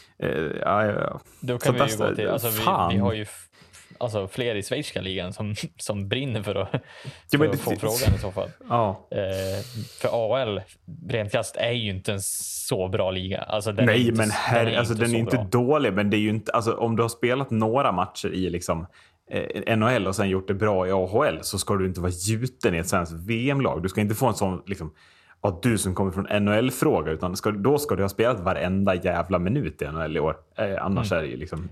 [SPEAKER 5] Då kan vi ju gå till, alltså vi har ju alltså fler i svenska ligan som brinner för att få frågan i så fall.
[SPEAKER 4] Ja.
[SPEAKER 5] För AHL rent krasst är ju inte en så bra liga. Alltså den
[SPEAKER 4] nej,
[SPEAKER 5] är
[SPEAKER 4] men den är inte
[SPEAKER 5] bra.
[SPEAKER 4] dålig, men det är ju inte, alltså om du har spelat några matcher i liksom NHL och sen gjort det bra i AHL, så ska du inte vara gjuten i ett svenskt VM-lag. Du ska inte få en sån liksom, du som kommer från NHL-fråga, utan då ska du ha spelat varenda jävla minut i NHL i år. Annars är det ju liksom...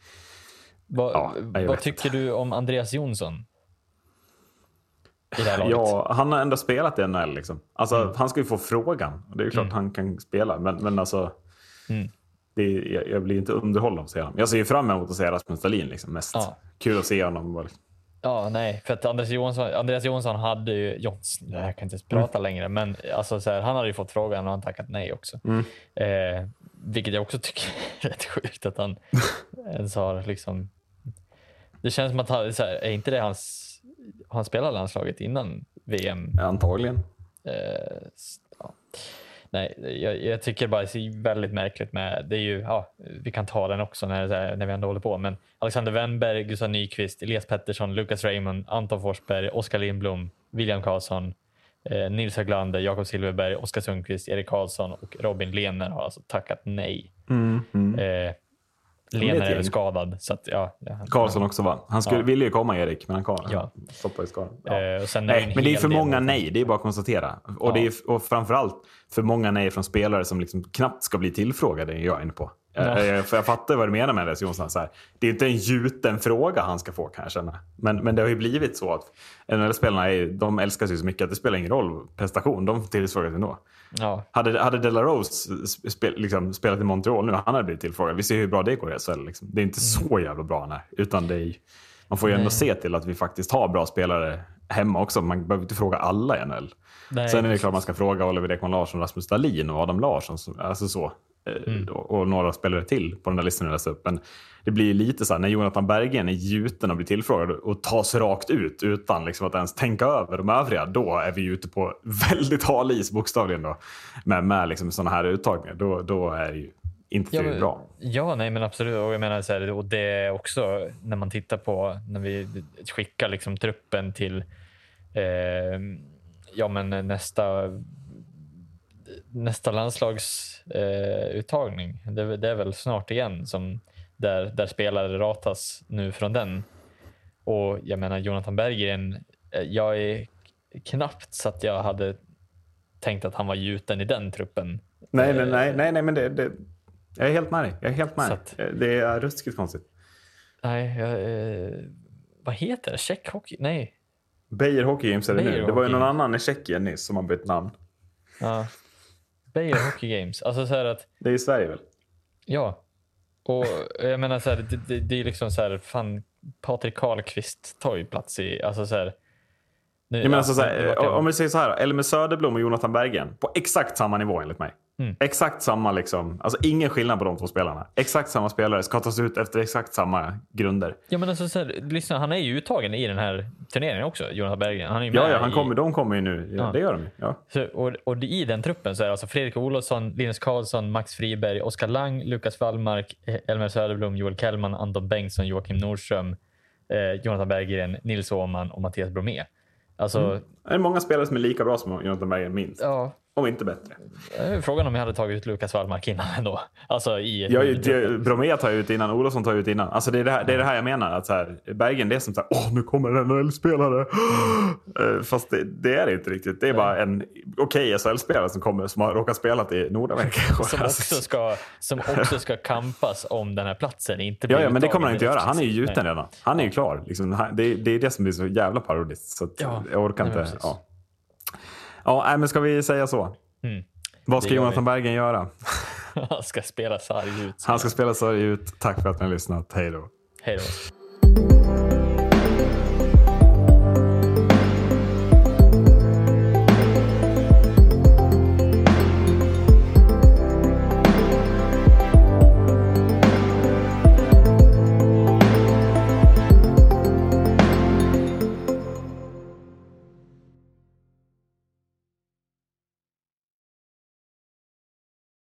[SPEAKER 5] Vad tycker du om Andreas Jonsson i det här laget?
[SPEAKER 4] Ja, han har ändå spelat i NHL liksom. Alltså, han ska ju få frågan. Det är ju klart han kan spela, men alltså... jag blir inte underhållen av att se honom. Jag ser ju fram emot att se Rasmus Dahlin liksom, mest. Ja. Kul att se honom.
[SPEAKER 5] Ja, nej, för att Andreas Jonsson hade ju... jag kan inte ens prata längre, men alltså, så här, han hade ju fått frågan och han tackat nej också. Vilket jag också tycker är rätt sjukt att han ens har liksom... Det känns som att han, så här, är inte det han spelade landslaget innan VM?
[SPEAKER 4] Antagligen.
[SPEAKER 5] Ja. Nej, jag tycker bara det är väldigt märkligt med, det är ju, vi kan ta den också när vi ändå håller på, men Alexander Wennberg, Gustav Nyqvist, Elias Pettersson, Lucas Raymond, Anton Forsberg, Oskar Lindblom, William Karlsson, Nils Höglander, Jakob Silverberg, Oskar Sundqvist, Erik Karlsson och Robin Lehner har alltså tackat nej. Lehner är skadad, så att,
[SPEAKER 4] Karlsson också, va? Han ville ju komma, Erik, men han stoppade skadan. Nej, men det är för många nej, det är bara att konstatera. Och det är och framförallt för många nej från spelare som liksom knappt ska bli tillfrågade, är jag inne på. För jag fattar vad du menar med det, Jonsson. Så här, det är inte en gjuten fråga han ska få, kan jag känna. Men det har ju blivit så att NHL-spelarna de älskar sig så mycket att det spelar ingen roll prestation. De tillfrågas ändå. Ja. Hade De La Rose spelat i Montreal nu, han hade blivit tillfrågad. Vi ser hur bra det går i SHL. Liksom. Det är inte så jävla bra han är. Utan man får ju ändå se till att vi faktiskt har bra spelare hemma också. Man behöver inte fråga alla i NHL. Nej. Sen är det klart man ska fråga Oliver Ekman Larsson, Rasmus Dahlin och Adam Larsson. Alltså så. Och några spelare till på den där listan jag läste upp. Men det blir lite så här, när Jonathan Berggren är gjuten och blir tillfrågad och tas rakt ut utan liksom att ens tänka över de övriga, då är vi ute på väldigt hal is bokstavligen då. Med liksom sådana här uttagningar, då är det ju inte bra. Ja,
[SPEAKER 5] nej, men absolut. Och jag menar så här, och det är också när man tittar på när vi skickar liksom truppen till men nästa landslagsuttagning. Det är väl snart igen som där spelare ratas nu från den. Och jag menar Jonathan Berggren, jag är knappt så att jag hade tänkt att han var gjuten i den truppen.
[SPEAKER 4] Nej, men det jag är helt med dig. Det är ruskigt konstigt.
[SPEAKER 5] Nej, vad heter det? Tjeck hockey? Nej.
[SPEAKER 4] Beijer Hockey Games är det nu. Det var ju någon annan i Tjeckien nyss som har bytt namn.
[SPEAKER 5] Ja. Beijer Hockey Games. Alltså så här att...
[SPEAKER 4] Det är i Sverige väl?
[SPEAKER 5] Ja. Och jag menar så här, det är liksom så här, fan, Patrik Karlqvist tar ju plats i, alltså så här... Nu,
[SPEAKER 4] jag menar så här, om vi säger så här, Elmer Söderblom och Jonathan Berggren på exakt samma nivå enligt mig. Exakt samma liksom. Alltså ingen skillnad på de två spelarna. Exakt samma spelare ska tas ut efter exakt samma grunder.
[SPEAKER 5] Ja, men alltså, så här, lyssna, han är ju uttagen i den här turneringen också, Jonathan Berggren. Han är ju med
[SPEAKER 4] de kommer ju nu. Ja, det gör de ju. Ja.
[SPEAKER 5] Så, och i den truppen så är det alltså Fredrik Olofsson, Linus Karlsson, Max Friberg, Oskar Lang, Lukas Wallmark, Elmer Söderblom, Joel Kellman, Anton Bengtsson, Joakim Nordström, Jonathan Berggren, Nils Åhman och Mattias Bromé. Alltså,
[SPEAKER 4] Det är många spelare som är lika bra som Jonathan Berggren minst.
[SPEAKER 5] Ja.
[SPEAKER 4] Om inte bättre.
[SPEAKER 5] Frågan om jag hade tagit ut Lukas Wallmark innan ändå. Alltså
[SPEAKER 4] Bromé tar ut innan, Olofsson tar ut innan. Alltså det är det här jag menar. Att så här, Berggren, det är som så här, nu kommer en NHL-spelare. Fast det är det inte riktigt. Det är bara en okej SHL-spelare som har råkat spela i Nordamerika.
[SPEAKER 5] Som också ska kampas om den här platsen. Inte
[SPEAKER 4] ja, men det kommer han inte göra. Han är ju gjuten redan. Han är ju klar. Liksom, det är det som blir så jävla parodiskt. Så att jag orkar inte. Ja, men ska vi säga så? Vad ska Jonathan Berggren göra?
[SPEAKER 5] Han ska spela sarg ut.
[SPEAKER 4] Han ska spela sarg ut. Tack för att ni har lyssnat. Hej då.
[SPEAKER 5] Hej då.